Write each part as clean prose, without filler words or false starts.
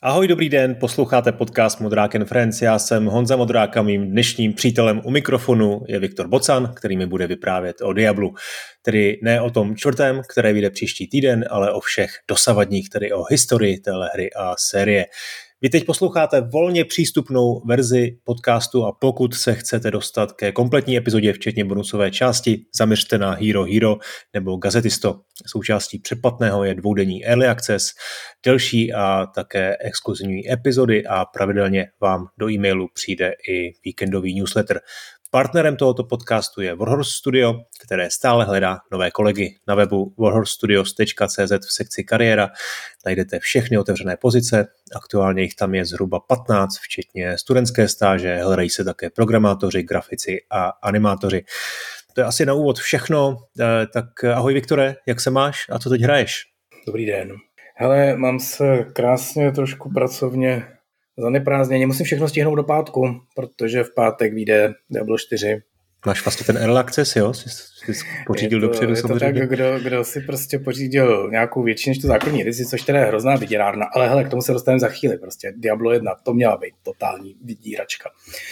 Ahoj, dobrý den, posloucháte podcast Modrák and Friends, já jsem Honza Modrák a mým dnešním přítelem u mikrofonu je Viktor Bocan, který mi bude vyprávět o Diablu. Tedy ne o tom čtvrtém, které vyjde příští týden, ale o všech dosavadních, tedy o historii téhle hry a série. Vy teď posloucháte volně přístupnou verzi podcastu a pokud se chcete dostat ke kompletní epizodě, včetně bonusové části, zaměřte na Hero Hero nebo Gazetisto. Součástí předplatného je dvoudenní early access, delší a také exkluzivní epizody a pravidelně vám do e-mailu přijde i víkendový newsletter. Partnerem tohoto podcastu je Warhorse Studio, které stále hledá nové kolegy. Na webu warhorsestudios.cz v sekci kariéra najdete všechny otevřené pozice. Aktuálně jich tam je zhruba 15, včetně studentské stáže, hledají se také programátoři, grafici a animátoři. To je asi na úvod všechno. Tak ahoj Viktore, jak se máš a co teď hraješ? Dobrý den. Hele, mám se krásně trošku pracovně zaneprázdněně. Musím všechno stihnout do pátku, protože v pátek vyjde Diablo 4. Máš vlastně ten early access, jo? Jsi pořídil dopředu samozřejmě. Je to tak, kdo si prostě pořídil nějakou větší než tu základní edici, což teda je hrozná vydírárna, ale hele, k tomu se dostaneme za chvíli. Prostě Diablo 1, to měla být totální vydíračka.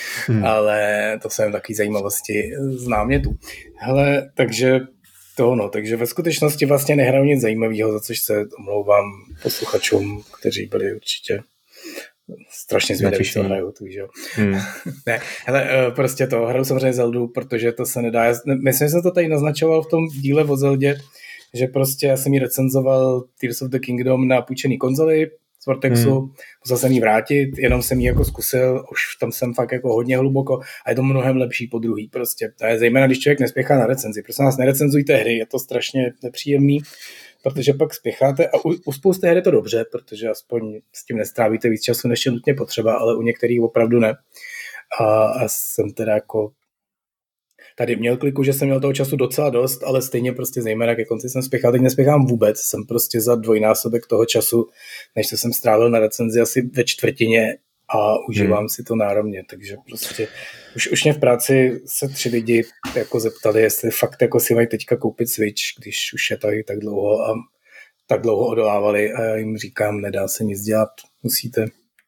Ale to jsou jen takový zajímavosti z námětu. Hele, takže ve skutečnosti vlastně nehraju nic zajímavého, za což se omlouvám posluchačům, kteří byli určitě strašně zvědaví, co hraju. Ne, hele, prostě to hraju samozřejmě Zeldu, protože to se nedá. Myslím, že jsem to tady naznačoval v tom díle o Zeldě, že prostě já jsem ji recenzoval Tears of the Kingdom na půjčený konzoli z Vortexu, musel jsem ji vrátit, jenom jsem ji jako zkusil, už tam jsem fakt jako hodně hluboko a je to mnohem lepší po druhý prostě. To je zejména, když člověk nespěchá na recenzi. Prosím vás, nerecenzujte hry, je to strašně nepříjemný, protože pak spěcháte a u spousty her je to dobře, protože aspoň s tím nestrávíte víc času, než je nutně potřeba, ale u některých opravdu ne. A jsem teda jako tady měl kliku, že jsem měl toho času docela dost, ale stejně prostě zejména ke konci jsem spěchal, teď nespěchám vůbec, jsem prostě za dvojnásobek toho času, než to jsem strávil na recenzi asi ve čtvrtině a užívám si to náramně, takže prostě už mě v práci se 3 lidi jako zeptali, jestli fakt jako si mají teďka koupit Switch, když už je tady tak dlouho a tak dlouho odolávali a já jim říkám, nedá se nic dělat, musíte.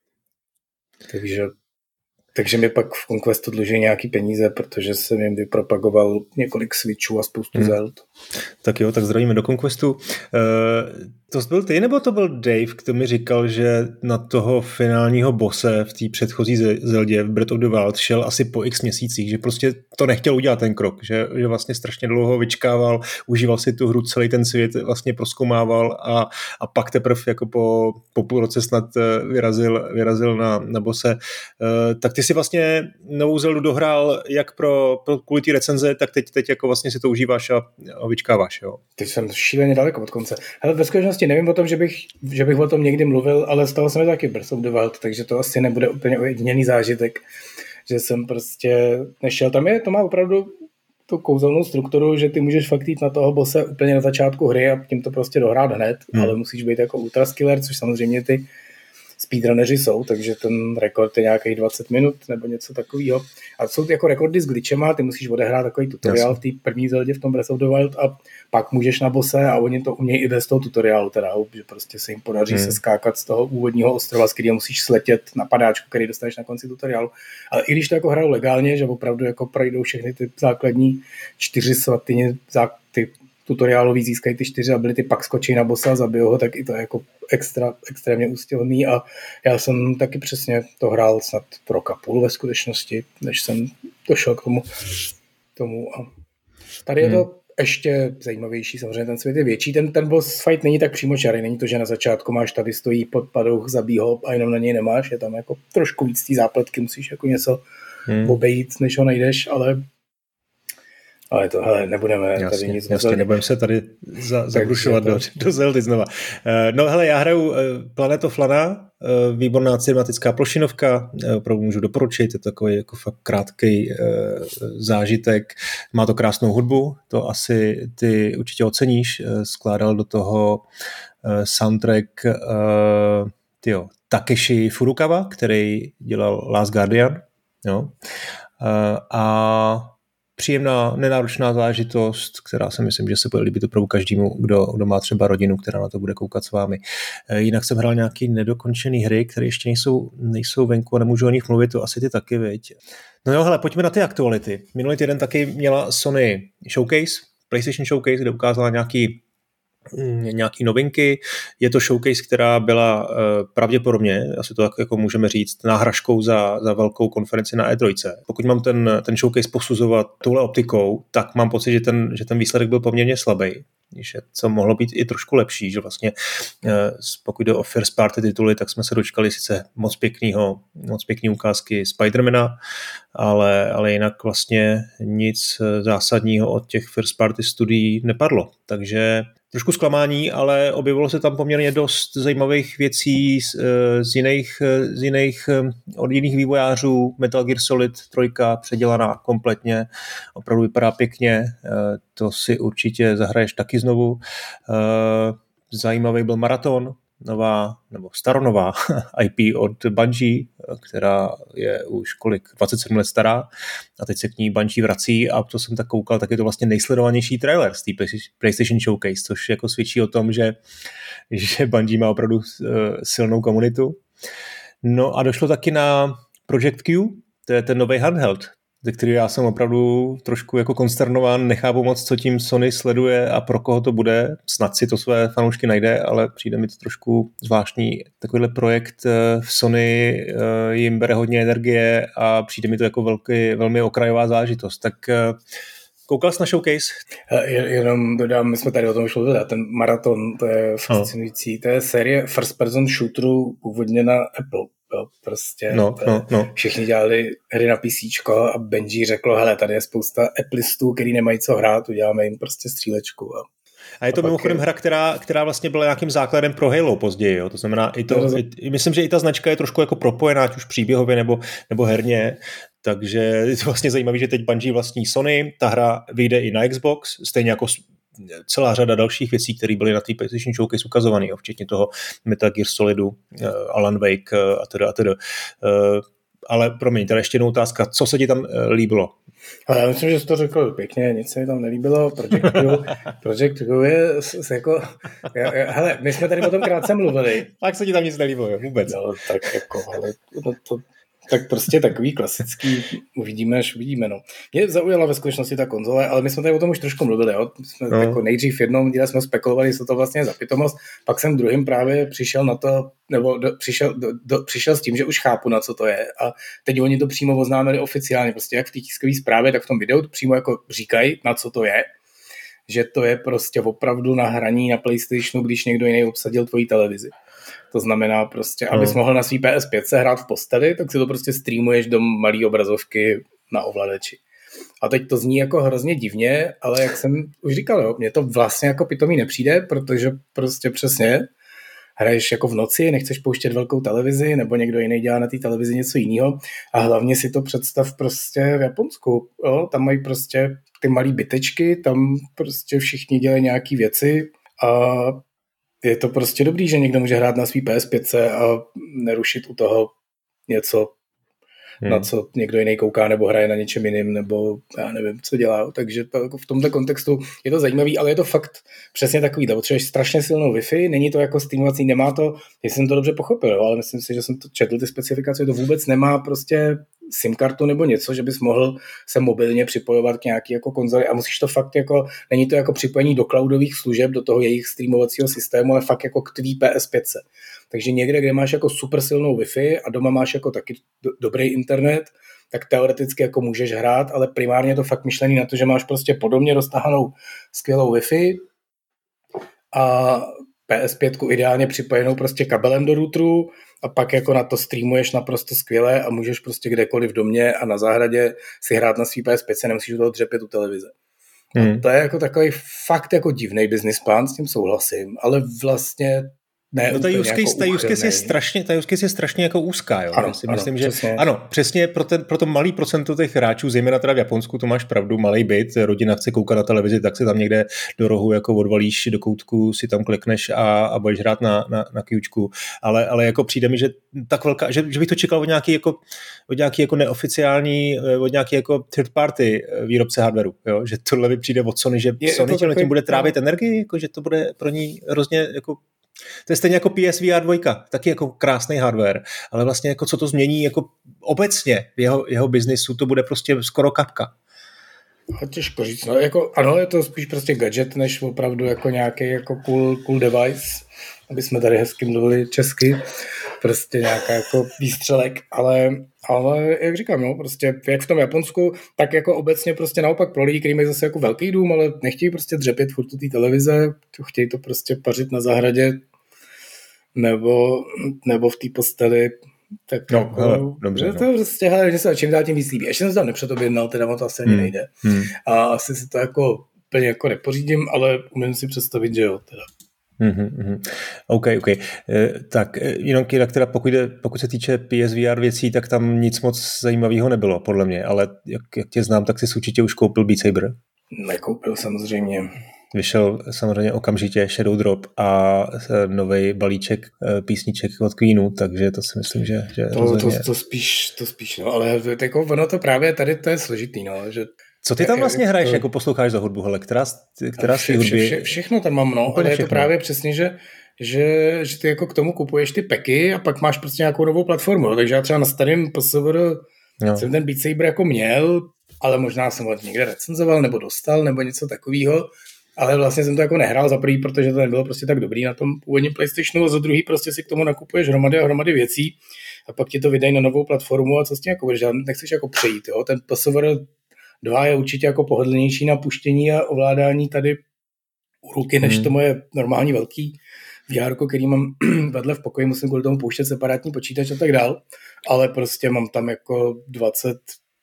Takže mi pak v Conquestu dluží nějaký peníze, protože jsem jim vypropagoval několik Switchů a spoustu Zeld. Tak jo, tak zdravíme do Conquestu. To byl ty, nebo to byl Dave, kdo mi říkal, že na toho finálního bosse v té předchozí Zeldě v Breath of the Wild šel asi po x měsících, že prostě to nechtěl udělat ten krok, že vlastně strašně dlouho vyčkával, užíval si tu hru, celý ten svět vlastně prozkoumával a pak teprve jako po půl roce snad vyrazil na bosse. Tak ty si vlastně novou Zeldu dohrál jak kvůli té recenze, tak teď jako vlastně si to užíváš a vyčkáváš, jo? Teď jsem šíleně daleko od konce. Hele, ve skutečnosti nevím o tom, že bych o tom někdy mluvil, ale stalo se mi taky Breath of the Wild, takže to asi nebude úplně ojedinělý zážitek, že jsem prostě nešel. To má opravdu tu kouzelnou strukturu, že ty můžeš fakt jít na toho bosse úplně na začátku hry a tím to prostě dohrát hned, ale musíš být jako ultra skiller, což samozřejmě ty speedrunneři jsou, takže ten rekord je nějakých 20 minut nebo něco takového. A jsou jako rekordy s glitchema, ty musíš odehrát takový tutoriál v té první Zeldě v tom Breath of the Wild a pak můžeš na bose a oni to umějí i bez toho tutoriálu, teda, že prostě se jim podaří se skákat z toho úvodního ostrova, z kterého musíš sletět na padáčku, který dostaneš na konci tutoriálu. Ale i když to jako hrajou legálně, že opravdu jako projdou všechny ty základní 4 svatyně, ty tutoriálový získají ty 4 ability, pak skočí na bossa a zabijou ho, tak i to je jako extrémně ústěvný a já jsem taky přesně to hrál snad pro rok a půl ve skutečnosti, než jsem došel k tomu a tady je to ještě zajímavější, samozřejmě ten svět je větší, ten boss fight není tak přímočarý, není to, že na začátku máš tady stojí pod padouch, zabij ho a jenom na něj nemáš, je tam jako trošku víc té zápletky, musíš jako něco obejít, než ho najdeš, ale to, hele, nebudeme tady nic. Jasně, nebudeme se tady zabrušovat do Zeldy znova. No hele, já hraju Planet of Lana, výborná cinematická plošinovka, opravdu můžu doporučit, je to takový jako fakt krátký zážitek, má to krásnou hudbu, to asi ty určitě oceníš, skládal do toho soundtrack Takeshi Furukawa, který dělal Last Guardian, jo. A příjemná, nenáročná záležitost, která si myslím, že se bude líbit opravdu každému, kdo má třeba rodinu, která na to bude koukat s vámi. Jinak jsem hrál nějaký nedokončený hry, které ještě nejsou venku a nemůžu o nich mluvit, to asi ty taky, viď. No jo, hele, pojďme na ty aktuality. Minulý týden taky měla Sony Showcase, PlayStation Showcase, kde ukázala nějaký novinky. Je to showcase, která byla pravděpodobně, asi to tak jako můžeme říct, náhražkou za velkou konferenci na E3. Pokud mám ten showcase posuzovat touhle optikou, tak mám pocit, že ten výsledek byl poměrně slabý. Že to mohlo být i trošku lepší, že vlastně pokud jde o first party tituly, tak jsme se dočkali sice moc pěkný ukázky Spidermana, ale jinak vlastně nic zásadního od těch first party studií nepadlo. Takže trošku zklamání, ale objevilo se tam poměrně dost zajímavých věcí od jiných vývojářů. Metal Gear Solid 3 předělaná kompletně, opravdu vypadá pěkně, to si určitě zahraješ taky znovu. Zajímavý byl Marathon, staronová IP od Bungie, která je už 27 let stará a teď se k ní Bungie vrací a to jsem tak koukal, tak je to vlastně nejsledovanější trailer z té PlayStation Showcase, což jako svědčí o tom, že Bungie má opravdu silnou komunitu. No a došlo taky na Project Q, to je ten nový handheld, ze který já jsem opravdu trošku jako konsternován, nechápu moc, co tím Sony sleduje a pro koho to bude. Snad si to své fanoušky najde, ale přijde mi to trošku zvláštní. Takovýhle projekt v Sony jim bere hodně energie a přijde mi to jako velmi okrajová záležitost. Tak koukal jsi na showcase? Jenom dodám, my jsme tady o tom už mluvili, ten Marathon, to je fascinující. To je série first person shooterů původně na Apple. Jo, prostě všichni dělali hry na PCčko a Bungie řeklo, hele, tady je spousta Applistů, který nemají co hrát, uděláme jim prostě střílečku. A je to mimochodem hra, která vlastně byla nějakým základem pro Halo později, jo? To znamená, myslím, že i ta značka je trošku jako propojená, ať už příběhově nebo herně, takže je to vlastně zajímavé, že teď Bungie vlastní Sony, ta hra vyjde i na Xbox, stejně jako celá řada dalších věcí, které byly na té PlayStation Showcase ukazované, včetně toho Metal Gear Solidu, Alan Wake a teda. Ale promiň, tady ještě jednou otázka, co se ti tam líbilo? Ale já myslím, že jsi to řekl pěkně, nic se mi tam nelíbilo. Project Q je jako... Hele, my jsme tady o tom krátce mluvili. Tak se ti tam nic nelíbilo, jo, vůbec. No, tak jako, hele, tak prostě takový klasický, uvidíme, až uvidíme. No. Mě zaujala ve skutečnosti ta konzole, ale my jsme tady o tom už trošku mluvili. Jo? Jsme jako nejdřív v jednom díle jsme spekulovali, co to vlastně je za pitomost, pak jsem druhým právě přišel na to, nebo přišel s tím, že už chápu, na co to je. A teď oni to přímo oznámili oficiálně, prostě jak v té tiskové zprávě, tak v tom videu přímo jako říkají, na co to je. Že to je prostě opravdu na hraní na PlayStationu, když někdo jiný obsadil tvoji televizi. To znamená prostě, abys mohl na svý PS5 hrát v posteli, tak si to prostě streamuješ do malý obrazovky na ovladači. A teď to zní jako hrozně divně, ale jak jsem už říkal, jo, mně to vlastně jako pitomý nepřijde, protože prostě přesně hraješ jako v noci, nechceš pouštět velkou televizi, nebo někdo jiný dělá na té televizi něco jiného a hlavně si to představ prostě v Japonsku. Jo? Tam mají prostě ty malý bytečky, tam prostě všichni dělají nějaký věci a je to prostě dobrý, že někdo může hrát na svý PS5 a nerušit u toho něco, na co někdo jiný kouká, nebo hraje na něčem jiným, nebo já nevím, co dělá. Takže v tomto kontextu je to zajímavý, ale je to fakt přesně takový. Potřebuješ strašně silnou Wi-Fi, není to jako streamovací, nemá to, jestli jsem to dobře pochopil, ale myslím si, že jsem to četl, ty specifikace, to vůbec nemá prostě SIM kartu nebo něco, že bys mohl se mobilně připojovat k nějaký jako konzoli a musíš to fakt jako, není to jako připojení do cloudových služeb, do toho jejich streamovacího systému, ale fakt jako k tvý PS5. Takže někde, kde máš jako super silnou Wi-Fi a doma máš jako taky dobrý internet, tak teoreticky jako můžeš hrát, ale primárně je to fakt myšlený na to, že máš prostě podobně roztahanou skvělou Wi-Fi a PS5 ideálně připojenou prostě kabelem do routeru a pak jako na to streamuješ naprosto skvěle a můžeš prostě kdekoliv v domě a na zahradě si hrát na svý PS5, nemusíš do toho dřepět tu televize. To je jako takový fakt jako divnej business plán, s tím souhlasím, ale vlastně ne no ta use case je strašně jako úzká, jo. Ano, myslím, že přesně. Ano, přesně pro to malý procento těch hráčů, zejména teda v Japonsku, to máš pravdu, malej byt, rodina chce koukat na televizi, tak si tam někde do rohu jako odvalíš do koutku, si tam klikneš a budeš hrát na kýčku, ale jako přijde mi, že tak velká, že bych to čekal od nějaký jako neoficiální, od nějaký jako third party výrobce hardwareu, jo, že tohle mi přijde od Sony, že Sony tím bude trávit energii, jako že to bude pro ní hrozně jako. To je stejně jako PSVR 2, taky jako krásný hardware, ale vlastně jako co to změní jako obecně v jeho biznisu, to bude prostě skoro kapka. Těžko říct, no, jako, ano, je to spíš prostě gadget, než opravdu jako nějaký jako cool device, aby jsme tady hezky mluvili česky, prostě nějaká jako výstřelek, ale jak říkám, no, prostě jak v tom Japonsku, tak jako obecně prostě naopak pro lidi, kteří mají zase jako velký dům, ale nechtějí prostě dřepět furt té televize, chtějí to prostě pařit na zahradě nebo v té posteli, tak no, jako, hele, dobře, to prostě, hele, mě se čím dál tím víc líbí. Ještě jsem se tam nepředobjednal, teda on to asi ani nejde. A asi si to jako úplně jako nepořídím, ale umím si představit, že jo, teda. OK. Tak jenom teda pokud se týče PSVR věcí, tak tam nic moc zajímavého nebylo, podle mě, ale jak tě znám, tak jsi určitě už koupil Beat Saber. Nekoupil samozřejmě. Vyšel samozřejmě okamžitě Shadow Drop a nový balíček písniček od Queenu, takže to si myslím, že to spíš, no, ale jako ono to právě tady to je složitý, no, že co ty tam vlastně hraješ, jako posloucháš za hudbu, hele, která z těch hudby? Všechno tam mám, no, ale je to právě přesně, že ty jako k tomu kupuješ ty peky a pak máš prostě nějakou novou platformu, no, takže já třeba na starém PSVR jsem ten Beat Saber jako měl, ale možná jsem ho někde recenzoval nebo dostal, nebo něco takového, ale vlastně jsem to jako nehrál za prvý, protože to nebylo prostě tak dobrý na tom původním PlayStationu a za druhý prostě si k tomu nakupuješ hromady věcí a pak ti to vydají na novou platformu a co s tím jako budeš, nechceš jako přejít, jo, ten PSVR 2 je určitě jako pohodlnější na puštění a ovládání tady u ruky, než to moje normální velký VR, který mám vedle v pokoji, musím kvůli tomu pouštět separátní počítač a tak dál, ale prostě mám tam jako 20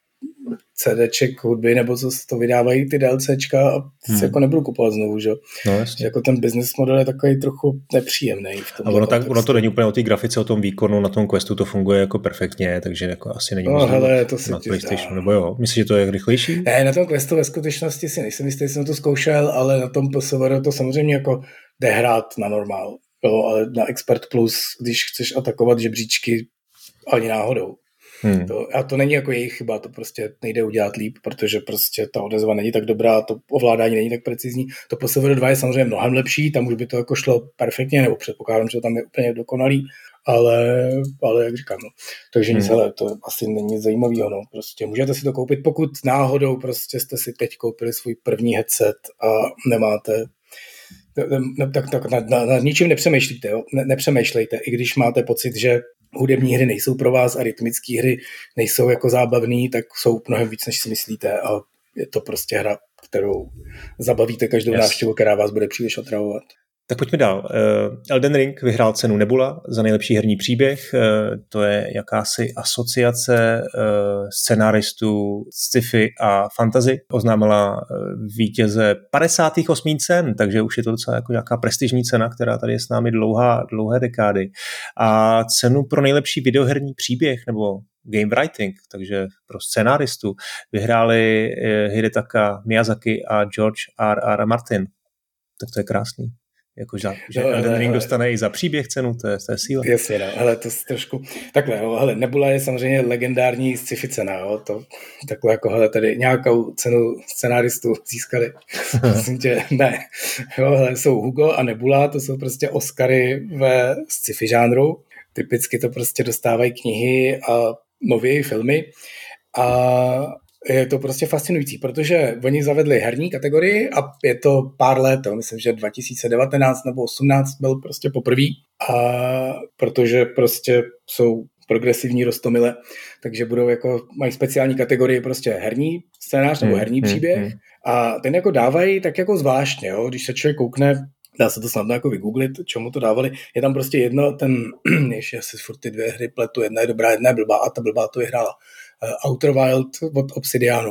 CDček hudby, nebo co to vydávají ty DLCčka a si jako nebudu kupovat znovu, že? No, jasně. Jako ten business model je takový trochu nepříjemný. A ono to není úplně o té grafice, o tom výkonu, na tom Questu to funguje jako perfektně, takže jako asi není moc na PlayStationu, nebo jo? Myslíš, že to je rychlejší? Ne, na tom Questu ve skutečnosti si nejsem jistý, jsem to zkoušel, ale na tom PSVR to samozřejmě jako jde hrát na normál, jo, ale na Expert Plus, když chceš atakovat žebříčky, ani náhodou. A to není jako jejich chyba, to prostě nejde udělat líp, protože prostě ta odezva není tak dobrá, to ovládání není tak precizní. To PSVR 2 je samozřejmě mnohem lepší, tam už by to jako šlo perfektně, nebo předpokládám, že tam je úplně dokonalý, ale jak říkám, no. Takže nic, ale to asi není nic zajímavého, no. Prostě můžete si to koupit, pokud náhodou prostě jste si teď koupili svůj první headset a nemáte tak nad ničím nepřemýšlíte, jo? Nepřemýšlejte, i když máte pocit, že hudební hry nejsou pro vás a rytmické hry nejsou jako zábavný, tak jsou mnohem víc, než si myslíte a je to prostě hra, kterou zabavíte každou návštěvu, která vás bude příliš otravovat. Tak pojďme dál. Elden Ring vyhrál cenu Nebula za nejlepší herní příběh. To je jakási asociace scenáristů sci-fi a fantasy. Oznámila vítěze 58 cen, takže už je to docela jako nějaká prestižní cena, která tady je s námi dlouhé dekády. A cenu pro nejlepší videoherní příběh nebo game writing, takže pro scenáristu, vyhráli Hidetaka Miyazaki a George R.R. Martin. Tak to je krásný. Jako, že Elden Ring dostane i za příběh cenu, to je síla. Jasně, no, ale to trošku... Takhle, jo, hele, Nebula je samozřejmě legendární sci-fi cena, jo, to takhle jako, hele, tady nějakou cenu scenáristů získali. Myslím tě, ne. Jo, hele, jsou Hugo a Nebula, to jsou prostě Oscary ve sci-fi žánru. Typicky to prostě dostávají knihy a nové filmy a je to prostě fascinující, protože oni zavedli herní kategorii a je to pár let, myslím, že 2019 nebo 2018 byl prostě poprvý a protože prostě jsou progresivní roztomile, takže budou jako, mají speciální kategorii prostě herní scénář nebo herní příběh a ten jako dávají tak jako zvláštně, jo? Když se člověk koukne, dá se to snadno jako vygooglit, čemu to dávali, je tam prostě jedno, ještě asi furt ty dvě hry pletu, jedna je dobrá, jedna je blbá a ta blbá to vyhrála. Outer Wild od Obsidianu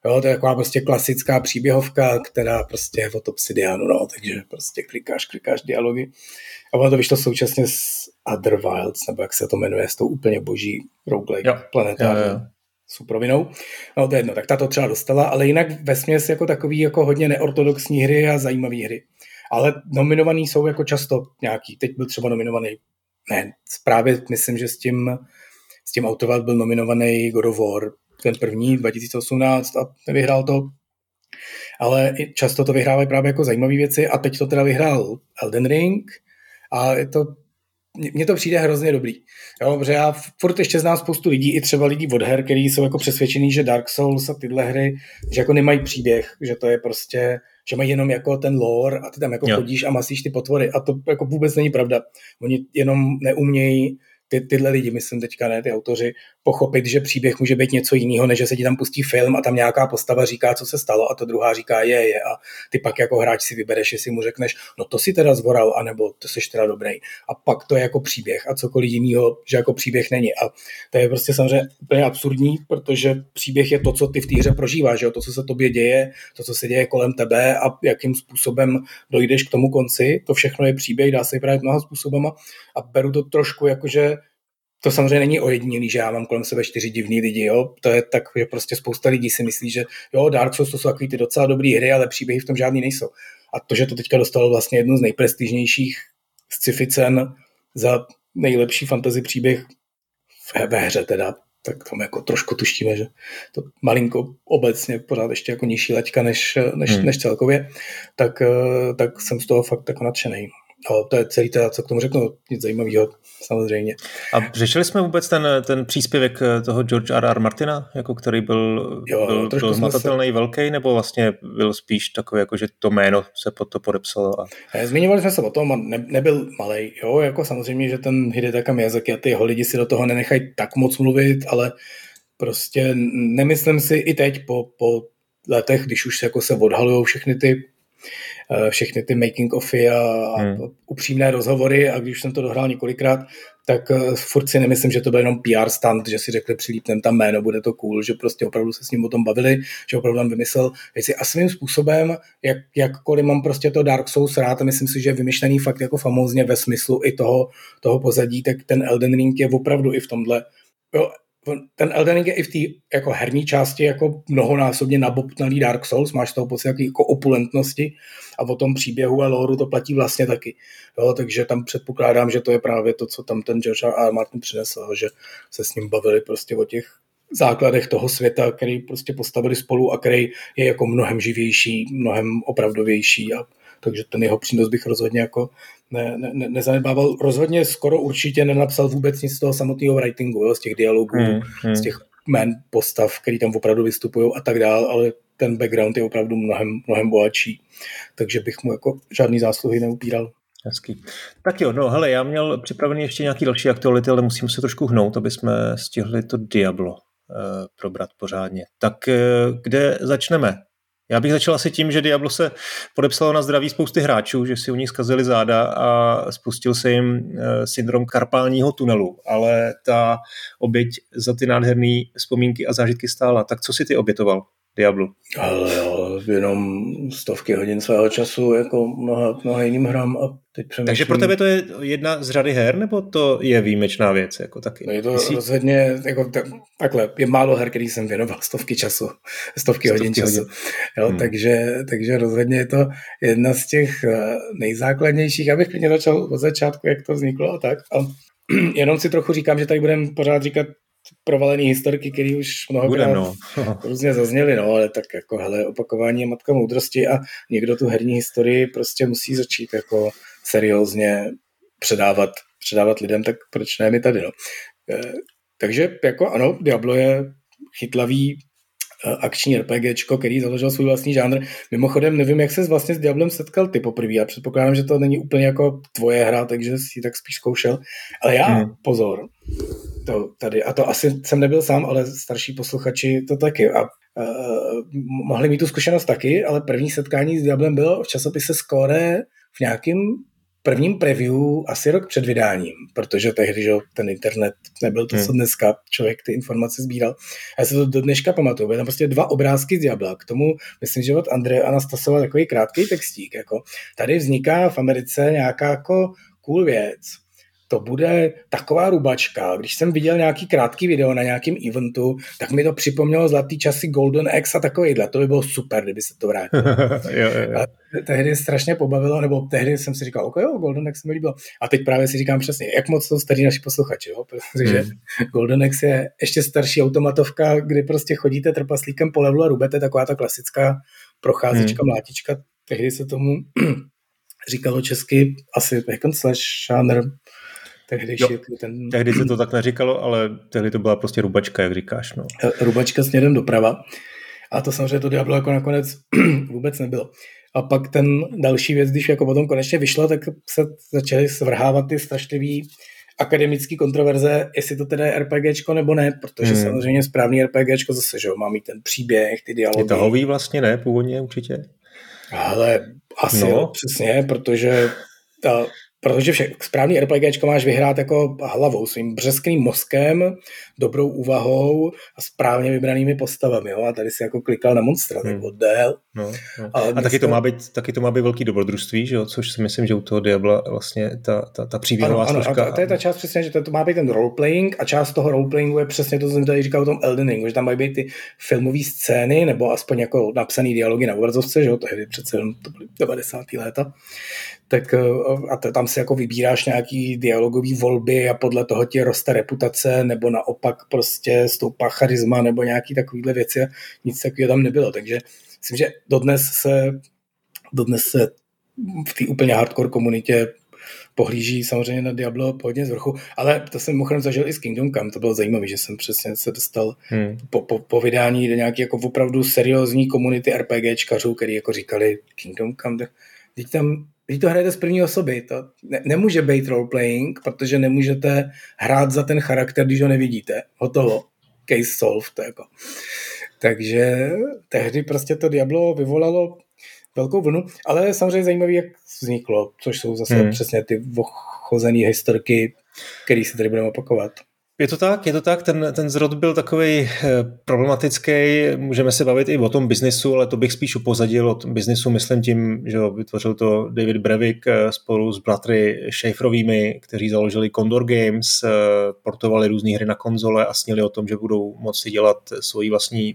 Jo, to je taková prostě klasická příběhovka, která prostě je od Obsidianu, no, takže prostě klikáš dialogy. A ono to vyšlo současně s Other Wilds, nebo jak se to jmenuje, s tou úplně boží roguelike planetární suprovinou. No to je jedno, tak ta to třeba dostala, ale jinak vesměs jako takový jako hodně neortodoxní hry a zajímavé hry. Ale nominovaný jsou jako často nějaký. Teď byl třeba nominovaný, právě myslím, že s tím Outer Wild byl nominovaný God of War, ten první 2018 a nevyhrál to. Ale často to vyhrávají právě jako zajímavé věci a teď to teda vyhrál Elden Ring a mně to přijde hrozně dobrý. Jo, protože já furt ještě znám spoustu lidí, i třeba lidí od her, kteří jsou jako přesvědčený, že Dark Souls a tyhle hry, že jako nemají příběh, že to je prostě, že mají jenom jako ten lore a ty tam jako chodíš a masíš ty potvory a to jako vůbec není pravda. Oni jenom neumějí tyhle lidi, myslím teďka, ne, ty autoři, pochopit, že příběh může být něco jiného, než že se ti tam pustí film a tam nějaká postava říká, co se stalo a to druhá říká je a ty pak jako hráč si vybereš, jestli mu řekneš, no to si teda zvoral, anebo to seš teda dobrý. A pak to je jako příběh a cokoliv jiného, že jako příběh není. A to je prostě samozřejmě úplně absurdní, protože příběh je to, co ty v té hře prožíváš, že jo? To, co se tobě děje, to, co se děje kolem tebe a jakým způsobem dojdeš k tomu konci, to všechno je příběh, dá se vyprávět mnoha způsobama a beru to trošku jakože to samozřejmě není ojedinělý, že já mám kolem sebe 4 divný lidi, jo. To je tak, že prostě spousta lidí si myslí, že jo, Dark Souls to jsou takový ty docela dobrý hry, ale příběhy v tom žádný nejsou. A to, že to teďka dostalo vlastně jednu z nejprestižnějších sci-fi cen za nejlepší fantasy příběh ve hře teda, tak tam jako trošku tušíme, že to malinko obecně pořád ještě jako nižší laťka než celkově, tak jsem z toho fakt jako nadšenej. No, to je celý teda, co k tomu řeknu, nic zajímavého, samozřejmě. A řešili jsme vůbec ten příspěvek toho George R.R. Martina, jako který byl zmatatelný, velký, nebo vlastně byl spíš takový, jako že to jméno se pod to podepsalo? Zmiňovali jsme se o tom, nebyl malej, jo, jako samozřejmě, že ten Hidetaka Miyazaki a ty jeho lidi si do toho nenechají tak moc mluvit, ale prostě nemyslím si i teď po letech, když už jako se odhalujou všechny ty making-offy a upřímné rozhovory a když jsem to dohrál několikrát, tak furt si nemyslím, že to byl jenom PR stunt, že si řekli, přilípnem tam jméno, bude to cool, že prostě opravdu se s ním o tom bavili, že opravdu tam vymyslel věci a svým způsobem, jakkoliv mám prostě to Dark Souls rád a myslím si, že je vymyšlený fakt jako famózně ve smyslu i toho pozadí, tak ten Elden Ring je opravdu i v tomhle, jo, ten Elden Ring je i v té jako herní části jako mnohonásobně nabobtnalý Dark Souls, máš toho pocit jako opulentnosti a o tom příběhu a lóru to platí vlastně taky. Jo, takže tam předpokládám, že to je právě to, co tam ten George R. Martin přinesl, že se s ním bavili prostě o těch základech toho světa, který prostě postavili spolu a který je jako mnohem živější, mnohem opravdovější a takže ten jeho přínos bych rozhodně jako nezanedbával. Rozhodně skoro určitě nenapsal vůbec nic z toho samotného writingu, jo, z těch dialogů, z těch jmén postav, který tam opravdu vystupují a tak dál, ale ten background je opravdu mnohem bohatší. Takže bych mu jako žádný zásluhy neupíral. Hezký. Tak jo, no hele, já měl připravený ještě nějaký další aktuality, ale musím se trošku hnout, aby jsme stihli to Diablo probrat pořádně. Tak kde začneme? Já bych začal asi tím, že Diablo se podepsalo na zdraví spousty hráčů, že si u nich zkazili záda a spustil se jim syndrom karpálního tunelu, ale ta oběť za ty nádherné vzpomínky a zážitky stála. Tak co si ty obětoval Diablu? Ale jo, jenom stovky hodin svého času, jako mnoha jiným hrám a teď přemýšlím. Takže pro tebe to je jedna z řady her, nebo to je výjimečná věc? Jako taky? No je to rozhodně, jako takhle, je málo her, který jsem věnoval stovky hodin času. Jo, takže rozhodně je to jedna z těch nejzákladnějších, abych klidně začal od začátku, jak to vzniklo a tak. A jenom si trochu říkám, že tady budeme pořád říkat provalený historky, které už mnohokrát různě zazněly, no, ale tak jako hele, opakování je matka moudrosti a někdo tu herní historii prostě musí začít jako seriózně předávat lidem, tak proč ne my tady, no. Takže jako ano, Diablo je chytlavý akční RPGčko, který založil svůj vlastní žánr. Mimochodem, nevím, jak ses vlastně s Diablem setkal ty poprvé. Já předpokládám, že to není úplně jako tvoje hra, takže jsi tak spíš zkoušel. Ale já, pozor, to tady, a to asi jsem nebyl sám, ale starší posluchači to taky. A mohli mít tu zkušenost taky, ale první setkání s Diablem bylo v časopise Score v nějakém prvním preview asi rok před vydáním, protože tehdy, že ten internet nebyl to, co dneska člověk ty informace sbíral. Já se to do dneška pamatuju, byly tam prostě 2 obrázky z Diabla, k tomu myslím, že od Andreje Anastasova takový krátký textík, jako tady vzniká v Americe nějaká jako cool věc. To bude taková rubačka. Když jsem viděl nějaký krátký video na nějakém eventu, tak mi to připomnělo zlatý časy Golden Axe a takovýhle. To by bylo super, kdyby se to vrátilo. A tehdy strašně pobavilo, nebo tehdy jsem si říkal, jo, Golden Axe mi líbilo. A teď právě si říkám přesně, jak moc jsou starý naši posluchači, jo? Protože Golden Axe je ještě starší automatovka, kdy prostě chodíte trpaslíkem po levelu a rubete, taková ta klasická procházečka, mlátička. Tehdy se tomu říkalo česky asi hack and slash žánr. Tehdy se to tak neříkalo, ale tehdy to byla prostě rubačka, jak říkáš. No. Rubačka směrem doprava. A to samozřejmě to Diablo jako nakonec vůbec nebylo. A pak ten další věc, když jako potom konečně vyšla, tak se začaly svrhávat ty strašlivý akademický kontroverze, jestli to teda je RPGčko nebo ne, protože samozřejmě správný RPGčko zase, že jo, má mít ten příběh, ty dialogy. Je tahový vlastně, ne? Původně určitě? Ale asi jo, přesně, protože správný RPGčko máš vyhrát jako hlavou, svým břeskným mozkem, dobrou úvahou a správně vybranými postavami. Jo? A tady si jako klikal na monstra, tak what the hell. No. A taky to má být velký dobrodružství, že jo? Což si myslím, že u toho Diabla vlastně ta příběhová složka. Ano, to je ta část přesně, že to má být ten roleplaying a část toho roleplayingu je přesně to, co jsem tady říkal o tom Elden Ringu, že tam mají být ty filmové scény nebo aspoň jako napsaný dialogy na obrazovce, že jo? Tehdy přece to byly 90. léta. Tak a tam si jako vybíráš nějaký dialogový volby a podle toho ti roste reputace nebo naopak prostě stoupá charisma nebo nějaký takovýhle věci a nic takového tam nebylo. Takže myslím, že dodnes se v té úplně hardcore komunitě pohlíží samozřejmě na Diablo hodně z vrchu, ale to jsem mimochodem zažil i s Kingdom Come, to bylo zajímavé, že jsem přesně se dostal po vydání do nějaké jako opravdu seriózní komunity RPGčkařů, který jako říkali Kingdom Come, když to hrajete z první osoby, to nemůže být roleplaying, protože nemůžete hrát za ten charakter, když ho nevidíte. Hotovo. Case solved. Jako. Takže tehdy prostě to Diablo vyvolalo velkou vlnu, ale samozřejmě zajímavé, jak vzniklo, což jsou zase přesně ty ochozené historky, které se tady budeme opakovat. Je to tak, ten zrod byl takovej problematický, můžeme se bavit i o tom biznisu, ale to bych spíš upozadil od biznisu, myslím tím, že vytvořil to David Brevik spolu s bratry Schaeferovými, kteří založili Condor Games, portovali různé hry na konzole a snili o tom, že budou moci dělat svoji vlastní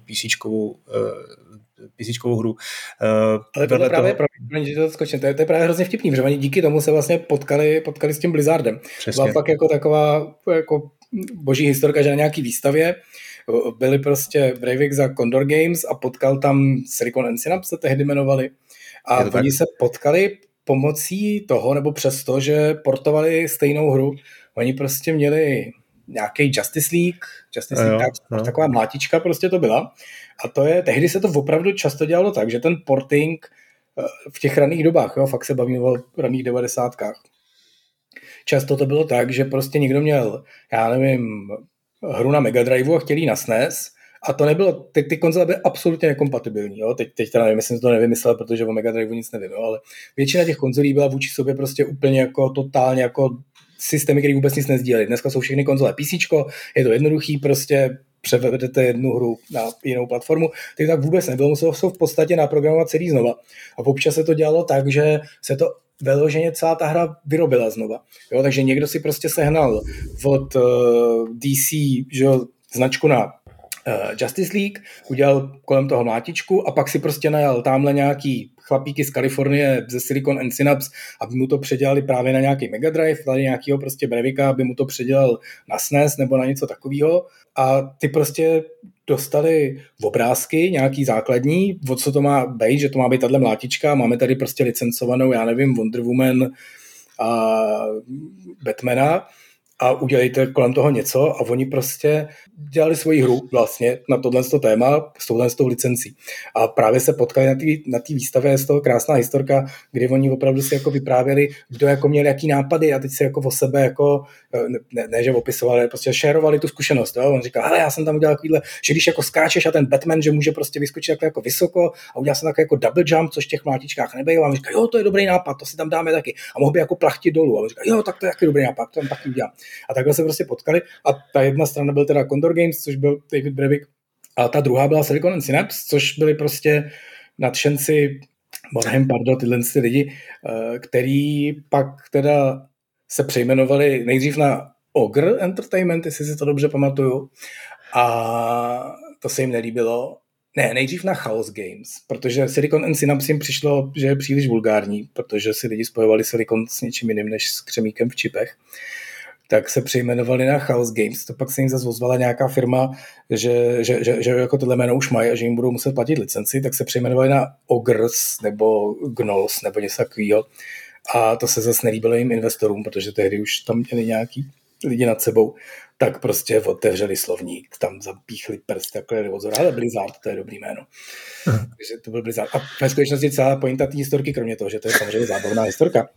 PC hru. Ale to právě to je právě hrozně vtipný, protože oni díky tomu se vlastně potkali s tím Blizzardem. Byla fakt jako taková jako boží historka, že na nějaký výstavě byli prostě Breivik za Condor Games a potkal tam Silicon and Synapse, se tehdy jmenovali. A oni se potkali pomocí toho, nebo přesto, že portovali stejnou hru. Oni prostě měli nějaký Justice League, taková mlátička prostě to byla. A tehdy se to opravdu často dělalo tak, že ten porting v těch raných dobách, jo, fakt se bavíme o raných 90kách. Často to bylo tak, že prostě někdo měl, já nevím, hru na Mega Driveu a chtěl jí na SNES a to nebylo, ty konzole byly absolutně nekompatibilní, jo, teď teda nevím, jestli jsem to nevymyslel, protože o Mega Driveu nic nevím, jo, ale většina těch konzolí byla vůči sobě prostě úplně jako totálně jako systémy, které vůbec nic nezdíleli. Dneska jsou všechny konzole PCčko, je to jednoduchý, prostě převedete jednu hru na jinou platformu, teď tak vůbec nebylo, muselo se v podstatě naprogramovat celý znova. A občas se to dělalo tak, že se to vyloženě celá ta hra vyrobila znova. Jo, takže někdo si prostě sehnal od DC, že značku na Justice League, udělal kolem toho mlátičku a pak si prostě najal tamhle nějaký chlapíky z Kalifornie, ze Silicon and Synapse, aby mu to předělali právě na nějaký Mega Drive, tady nějakýho prostě Breivika, aby mu to předělal na SNES nebo na něco takového. A ty prostě dostali obrázky, nějaký základní, o co to má být, že to má být tato mlátička, máme tady prostě licencovanou, já nevím, Wonder Woman a Batmana a udělejte kolem toho něco a oni prostě dělali svoji hru vlastně na tohleto téma s touhletou licencí. A právě se potkali na té výstavě, je z toho krásná historka, kdy oni opravdu si jako vyprávěli, kdo jako měl jaký nápady a teď si jako o sebe jako, ne že opisovali, prostě šerovali tu zkušenost. Jo? On říkal, hele, já jsem tam udělal takovýhle, že když jako skáčeš a ten Batman, že může prostě vyskočit takhle jako vysoko a udělal jsem takový jako double jump, což v těch mlátičkách nebylo. A on říká, jo, to je dobrý nápad, to si tam dáme taky. A mohl by jako plachtit dolů. A on říká, jo, tak to je jaký dobrý nápad, to tam taky udělám. A takhle se prostě potkali a ta jedna strana byl teda Condor Games, což byl David Brevik, a ta druhá byla Silicon and Synapse, což byli prostě nadšenci Morhem Pardo, tyhle lidi, který pak teda se přejmenovali nejdřív na Ogre Entertainment, jestli si to dobře pamatuju, a to se jim nelíbilo. Ne, nejdřív na Chaos Games, protože Silicon and Synapse jim přišlo, že je příliš vulgární, protože si lidi spojovali Silicon s něčím jiným než s křemíkem v čipech. Tak se přejmenovali na Chaos Games. To pak se jim zase ozvala nějaká firma, že jako tohle jméno už mají a že jim budou muset platit licenci, tak se přejmenovali na Ogres nebo Gnolls nebo něco takového. A to se zase nelíbilo jim investorům, protože tehdy už tam měli nějaký lidi nad sebou, tak prostě otevřeli slovník, tam zapíchli prst, takhle od zora, ale Blizzard, to je dobrý jméno. Takže to byl Blizzard. A ve skutečnosti celá pointa té historky, kromě toho, že to je samozřejmě zábavná historka,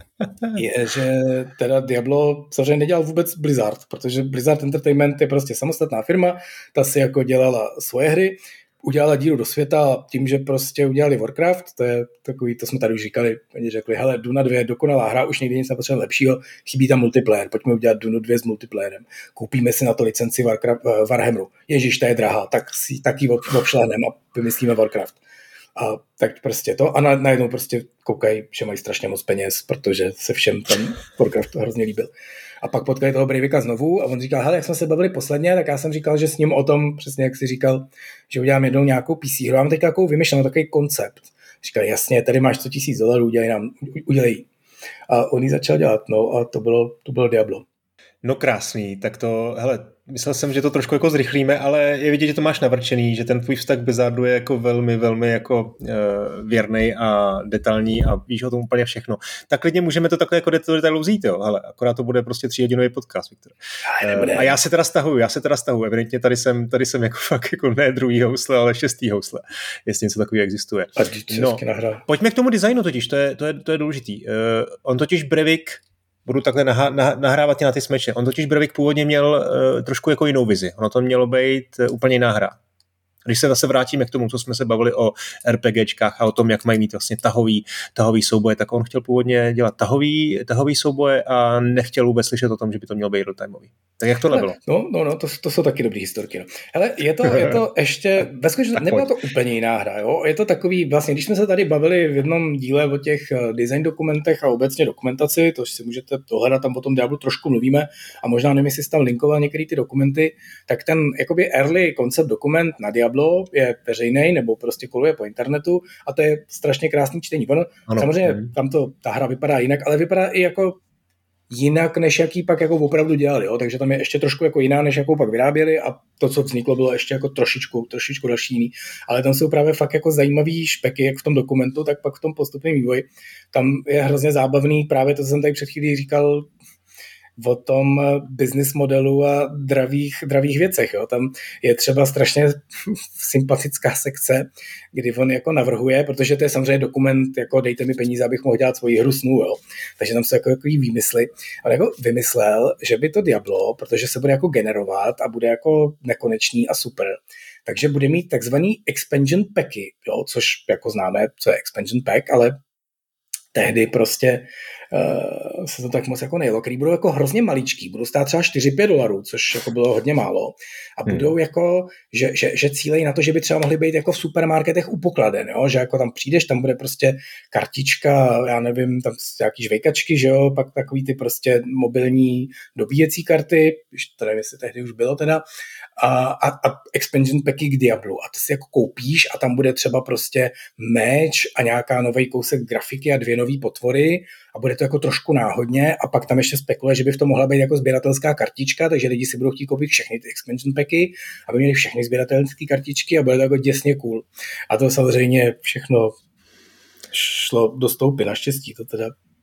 je, že teda Diablo samozřejmě nedělal vůbec Blizzard, protože Blizzard Entertainment je prostě samostatná firma, ta si jako dělala svoje hry, udělala díru do světa tím, že prostě udělali Warcraft, to je takový, to jsme tady už říkali, oni řekli, hele, Duna 2 je dokonalá hra, už nikdy nic nepotřebujeme lepšího, chybí tam multiplayer, pojďme udělat Dunu 2 s multiplayerem, koupíme si na to licenci Warhammeru, ježiš, ta je drahá, tak ji obšlehneme a vymyslíme Warcraft. A tak prostě to, a najednou prostě koukají, že mají strašně moc peněz, protože se všem tam Warcraft hrozně líbil. A pak potkali toho Breivika znovu a on říkal, hele, jak jsme se bavili posledně, tak já jsem říkal, že s ním o tom, přesně jak jsi říkal, že udělám jednou nějakou PC hru. Já mám teď takovou vymyšlenou, takový koncept. Říkal, jasně, tady máš $100,000, udělej. A on ji začal dělat, no a to bylo Diablo. No krásný, tak to, hele, myslel jsem, že to trošku jako zrychlíme, ale je vidět, že to máš navrčený, že ten tvůj vztah k Blizzardu je jako velmi, velmi jako věrnej a detailní a víš o tom úplně všechno. Tak klidně můžeme to takhle jako detailu vzít, jo, hele, akorát to bude prostě 3hodinový podcast, Viktor. A já se teda stahuju, evidentně tady jsem jako fakt jako ne druhý housle, ale 6. housle, jestli něco takového existuje. No, pojďme k tomu designu totiž, to je důležitý. On totiž Brevik, budu takhle nahrávat na ty smeče. On totiž Brevik původně měl trošku jako jinou vizi. Ono to mělo být úplně jiná hra. Když se zase vrátíme k tomu, co jsme se bavili o RPGčkách a o tom, jak mají mít vlastně tahový souboje, tak on chtěl původně dělat tahový souboje a nechtěl vůbec slyšet o tom, že by to mělo být real-timeový. Tak jak tohle bylo? No, to jsou taky dobrý historky. No. Hele, je to ještě, ve skutečnosti nebyla to úplně jiná hra, jo? Je to takový, vlastně, když jsme se tady bavili v jednom díle o těch design dokumentech a obecně dokumentaci, to si můžete dohledat, tam o tom Diablu trošku mluvíme a možná nevím, jestli jsi tam linkoval některé ty dokumenty, tak ten jakoby early concept dokument na Diablo je veřejný nebo prostě koluje po internetu a to je strašně krásný čtení. Ono, samozřejmě tam ta hra vypadá jinak, ale vypadá i jako jinak, než jaký pak jako opravdu dělali, jo? Takže tam je ještě trošku jako jiná, než jakou pak vyráběli a to, co vzniklo, bylo ještě jako trošičku další jiný. Ale tam jsou právě fakt jako zajímavý špeky, jak v tom dokumentu, tak pak v tom postupném vývoji. Tam je hrozně zábavný právě to, co jsem tady před chvílí říkal o tom business modelu a dravých věcech. Jo. Tam je třeba strašně sympatická sekce, kdy on jako navrhuje, protože to je samozřejmě dokument, jako dejte mi peníze, abych mohl dělat svoji hru snů. Jo. Takže tam jsou jako výmysly. On jako vymyslel, že by to Diablo, protože se bude jako generovat a bude jako nekonečný a super, takže bude mít takzvaný expansion packy, jo, což jako známe, co je expansion pack, ale tehdy prostě se to tak moc jako nejelo, který budou jako hrozně maličký, budou stát třeba $4-5, což jako bylo hodně málo a budou jako, že cílejí na to, že by třeba mohly být jako v supermarketech upokladen, jo? Že jako tam přijdeš, tam bude prostě kartička, já nevím, tam nějaký žvejkačky, že jo, pak takový ty prostě mobilní dobíjecí karty, to nevím, jestli tehdy už bylo teda, a expansion packy k Diablu a to si jako koupíš a tam bude třeba prostě meč a nějaká nový kousek grafiky a 2 nový potvory a bude to jako trošku náhodně a pak tam ještě spekuluje, že by v tom mohla být jako sběratelská kartička, takže lidi si budou chtít koupit všechny ty expansion packy, aby měli všechny sběratelské kartičky a bude to jako děsně cool. A to samozřejmě všechno šlo do stoupy, naštěstí to teda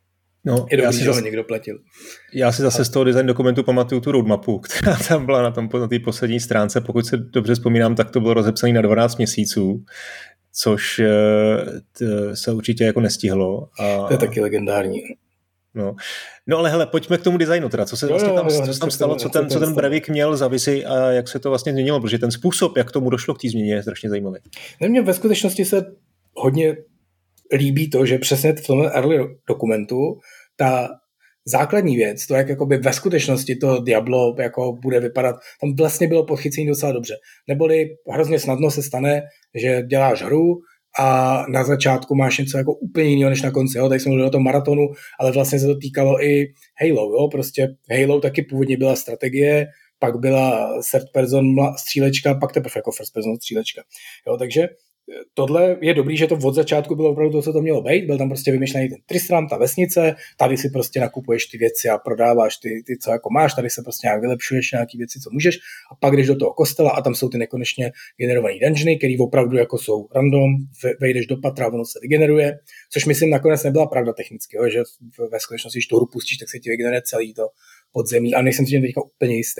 No, je dobrý, že ho někdo platil. Já si zase z toho design dokumentu pamatuju tu roadmapu, která tam byla na té poslední stránce. Pokud se dobře vzpomínám, tak to bylo rozepsané na 12 měsíců, což se určitě jako nestihlo. To je taky legendární. No ale hele, pojďme k tomu designu teda. Co se vlastně tam stalo, co ten Brevik měl za vizi a jak se to vlastně změnilo, protože ten způsob, jak k tomu došlo k té změně, je strašně zajímavý. Mně ve skutečnosti se hodně líbí to, že přesně v tomhle early dokumentu ta základní věc, to jak jakoby ve skutečnosti to Diablo jako bude vypadat, tam vlastně bylo podchycení docela dobře. Neboli hrozně snadno se stane, že děláš hru a na začátku máš něco jako úplně jiného než na konci. Jo? Tady jsme mluvili o tom maratonu, ale vlastně se to týkalo i Halo. Jo? Prostě Halo taky původně byla strategie, pak byla third person střílečka, pak teprve jako first person střílečka. Jo? Takže tohle je dobrý, že to od začátku bylo opravdu to, co to mělo být. Byl tam prostě vymyšlený ten Tristram, ta vesnice, tady si prostě nakupuješ ty věci a prodáváš ty co jako máš, tady se prostě nějak vylepšuješ nějaký věci, co můžeš, a pak jdeš do toho kostela a tam jsou ty nekonečně generované dungeony, které opravdu jako jsou random, vejdeš do patra, ono se vygeneruje, což myslím nakonec nebyla pravda technicky, jo, že ve skutečnosti, když tu hru pustíš, tak se ti vygeneruje celý to podzemí a nejsem si tím teďka úplně jistý.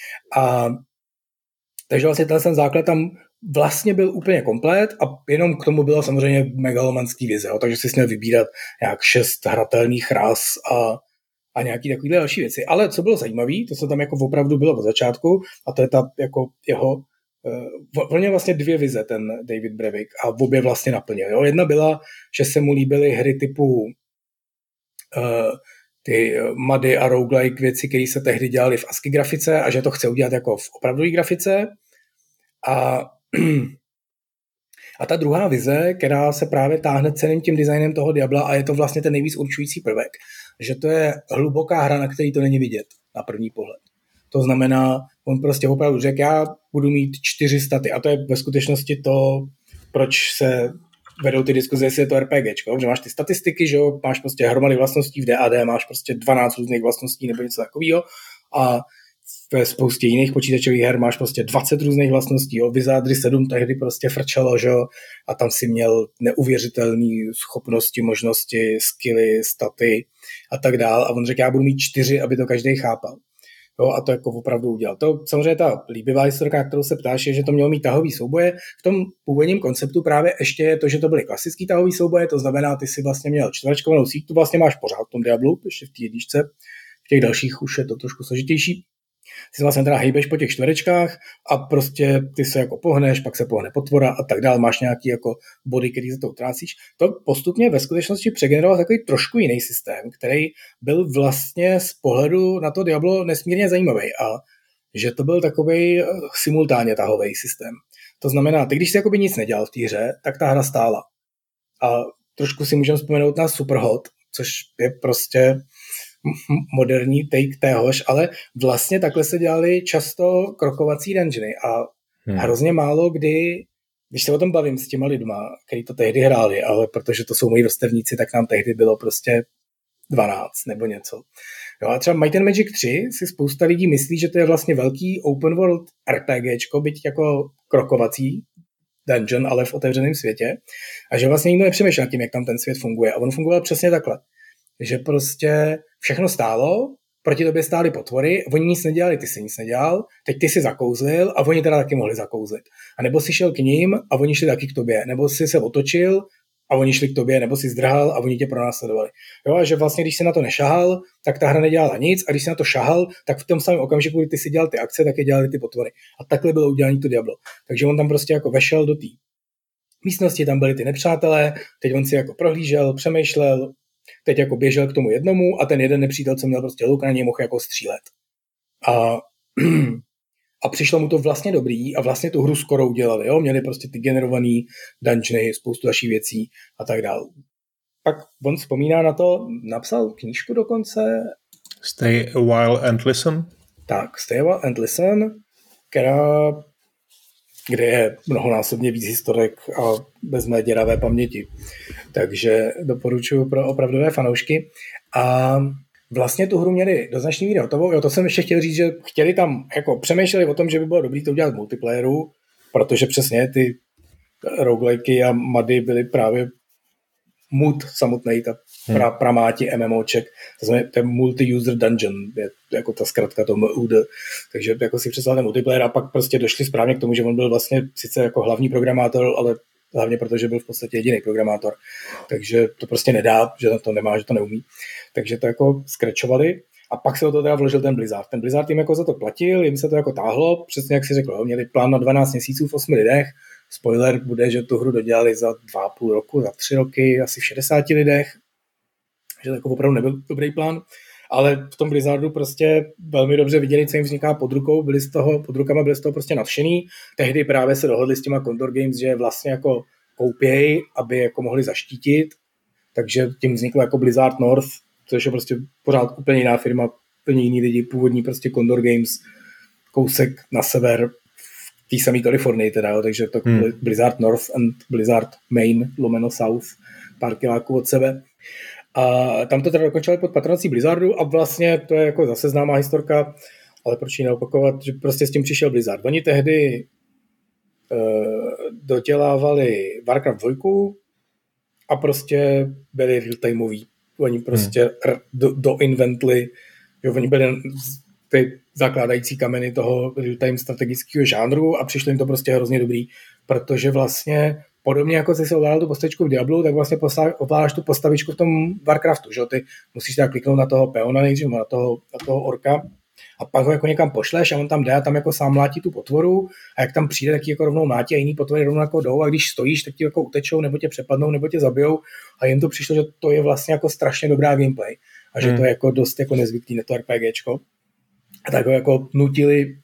Takže vlastně ten základ tam vlastně byl úplně komplet a jenom k tomu byla samozřejmě megalomanský vize, jo? Takže si měl vybírat nějak 6 hratelných ras a nějaký takovýhle další věci. Ale co bylo zajímavé, to se tam jako opravdu bylo od začátku a to je ta jako jeho on vlastně 2 vize, ten David Brevik, a obě vlastně naplnil. Jo? Jedna byla, že se mu líbily hry typu ty mady a roguelike věci, které se tehdy dělaly v ASCII grafice a že to chce udělat jako v opravdové grafice. A ta druhá vize, která se právě táhne celým tím designem toho Diabla a je to vlastně ten nejvíc určující prvek, že to je hluboká hra, na který to není vidět na první pohled. To znamená, on prostě opravdu řekl, já budu mít 4 staty a to je ve skutečnosti to, proč se vedou ty diskuze, jestli je to RPGčko, že máš ty statistiky, že jo, máš prostě hromady vlastností, v DAD máš prostě 12 různých vlastností nebo něco takového a ve spoustě jiných počítačových her máš prostě 20 různých vlastností, jo, Wizardry 7 tehdy prostě frčelo, že jo, a tam si měl neuvěřitelné schopnosti, možnosti, skilly, staty a tak dál a on řekl, já budu mít 4, aby to každý chápal. Jo, a to jako opravdu udělal. To samozřejmě ta líbivá historka, kterou se ptáš, je, že to mělo mít tahový souboje. V tom původním konceptu právě ještě je to, že to byly klasický tahový souboje, to znamená, ty si vlastně měl čtverečkovanou síť, tu vlastně máš pořád v tom Diablu, ještě v té jedničce, v těch dalších už je to trošku složitější. Ty se vlastně teda hejbeš po těch čtverečkách a prostě ty se jako pohneš, pak se pohne potvora a tak dál, máš nějaký jako body, který za to utrácíš. To postupně ve skutečnosti přegeneroval takový trošku jiný systém, který byl vlastně z pohledu na to Diablo nesmírně zajímavý a že to byl takovej simultánně tahový systém. To znamená, ty když si jakoby nic nedělal v té hře, tak ta hra stála. A trošku si můžeme vzpomenout na Superhot, což je prostě moderní take téhož, ale vlastně takhle se dělaly často krokovací dungeony a hrozně málo kdy, když se o tom bavím s těma lidma, kteří to tehdy hráli, ale protože to jsou moji vrstevníci, tak nám tehdy bylo prostě 12 nebo něco. Jo, a třeba Might and Magic 3 si spousta lidí myslí, že to je vlastně velký open world RPGčko, byť jako krokovací dungeon, ale v otevřeném světě a že vlastně nikdo nepřemýšlel tím, jak tam ten svět funguje a on fungoval přesně takhle. Že prostě všechno stálo, proti tobě stály potvory, oni nic nedělali, ty si nic nedělal, teď ty si zakouzlil a oni teda taky mohli zakouzlit. A nebo si šel k ním a oni šli taky k tobě, nebo si se otočil a oni šli k tobě, nebo si zdrhal a oni tě pronásledovali. Jo, a že vlastně, když si na to nešahal, tak ta hra nedělala nic a když si na to šahal, tak v tom samém okamžiku, kdy ty si dělal ty akce, tak je dělali ty potvory. A takhle bylo udělání to Diablo. Takže on tam prostě jako vešel do té místnosti, tam byli ty nepřátelé, teď on si jako prohlížel, přemýšlel, teď jako běžel k tomu jednomu a ten jeden nepřítel, co měl prostě luk, na něj mohl jako střílet. A přišlo mu to vlastně dobrý a vlastně tu hru skoro udělali. Jo? Měli prostě ty generovaný dungeony, spoustu dalších věcí a tak dále. Pak on vzpomíná na to, napsal knížku dokonce. Stay a while and listen. Tak, Stay a while and listen, kde je mnohonásobně víc historek a bez mé děravé paměti. Takže doporučuji pro opravdové fanoušky. A vlastně tu hru měli do značné míry hotovou. Jo, to jsem ještě chtěl říct, že chtěli tam, jako přemýšleli o tom, že by bylo dobré to udělat v multiplayeru, protože přesně ty rogueliky a mady byly právě MUD samotný, ta pramáti MMOček, to znamená ten multi-user dungeon, je jako ta zkratka to MUD, takže jako si představil ten multiplayer a pak prostě došli správně k tomu, že on byl vlastně sice jako hlavní programátor, ale hlavně protože byl v podstatě jediný programátor, takže to prostě nedá, že to nemá, že to neumí, takže to jako skračovali. A pak se o to teda vložil ten Blizzard. Ten Blizzard jim jako za to platil, jim se to jako táhlo, přesně jak si řekl, měli plán na 12 měsíců v 8 lidech. Spoiler bude, že tu hru dodělali za 2,5 roku, za 3 roky, asi v 60 lidech. Že to jako opravdu nebyl dobrý plán. Ale v tom Blizzardu prostě velmi dobře viděli, co jim vzniká pod rukou, pod rukama byli z toho prostě nadšený. Tehdy právě se dohodli s těma Condor Games, že vlastně jako koupěj, aby jako mohli zaštítit. Takže tím vzniklo jako Blizzard North, což je prostě pořád úplně jiná firma, úplně jiný lidi, původní prostě Condor Games, kousek na sever v té samé Kalifornii teda, takže to Blizzard North and Blizzard Main, lomeno South, pár kiláků od sebe. A tam to teda dokončili pod patronací Blizzardu a vlastně to je jako zase známá historka, ale proč ji neopakovat, že prostě s tím přišel Blizzard. Oni tehdy dodělávali Warcraft 2 a prostě byli real-timeoví. Oni prostě doinventli, že oni byli ty zakládající kameny toho real-time strategického žánru a přišlo jim to prostě hrozně dobrý, protože vlastně podobně jako jsi se ovládal tu postavičku v Diablu, tak vlastně ovládáš tu postavičku v tom Warcraftu, že ty musíš teda kliknout na toho peona nejdřív, na toho orka a pak ho jako někam pošleš a on tam jde a tam jako sám mlátí tu potvoru a jak tam přijde, tak jako rovnou mlátí a jiný potvory rovnou jako jdou a když stojíš, tak ti jako utečou nebo tě přepadnou nebo tě zabijou a jim to přišlo, že to je vlastně jako strašně dobrá gameplay a že to je jako dost jako nezvyklý na to RPGčko. A tak ho jako nutili,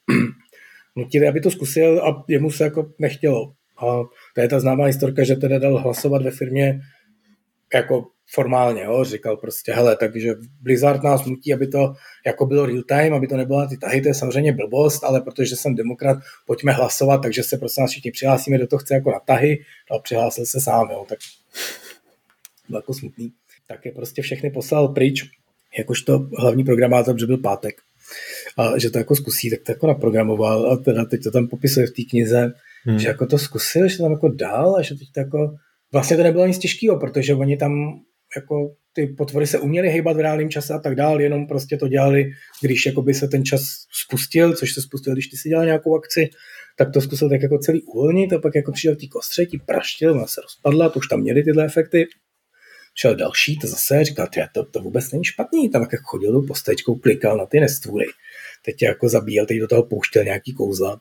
aby to zkusil a jemu se jako nechtělo. A to je ta známá historka, že teda dal hlasovat ve firmě jako formálně, jo, říkal prostě, hele, takže Blizzard nás nutí, aby to jako bylo real time, aby to nebylo ty tahy, to je samozřejmě blbost, ale protože jsem demokrat, pojďme hlasovat, takže se prostě nás všichni přihlásíme, kdo to chce jako na tahy, a přihlásil se sám, jo, tak byl jako smutný. Tak je prostě všechny poslal pryč, jakožto hlavní programátor, protože byl pátek, a že to jako zkusí, tak to jako naprogramoval a teda teď to tam popisuje v té knize, že jako to zkusil, že to tam jako dál a že teď to jako vlastně to nebylo nic těžkého, protože oni tam jako ty potvory se uměly hejbat v reálném čase a tak dál, jenom prostě to dělali, když jakoby se ten čas spustil, což se spustil, když ty si dělal nějakou akci, tak to zkusil tak jako celý uvolnit a pak jako přišel k té kostře, ti praštil, ona se rozpadla, to už tam měli tyhle efekty. Šel další, to zase říkal, to vůbec není špatný, tam jak chodil tou postavičkou, klikal na ty nestvůry, teď tě jako zabíjel, teď do toho pouštěl nějaký kouzla.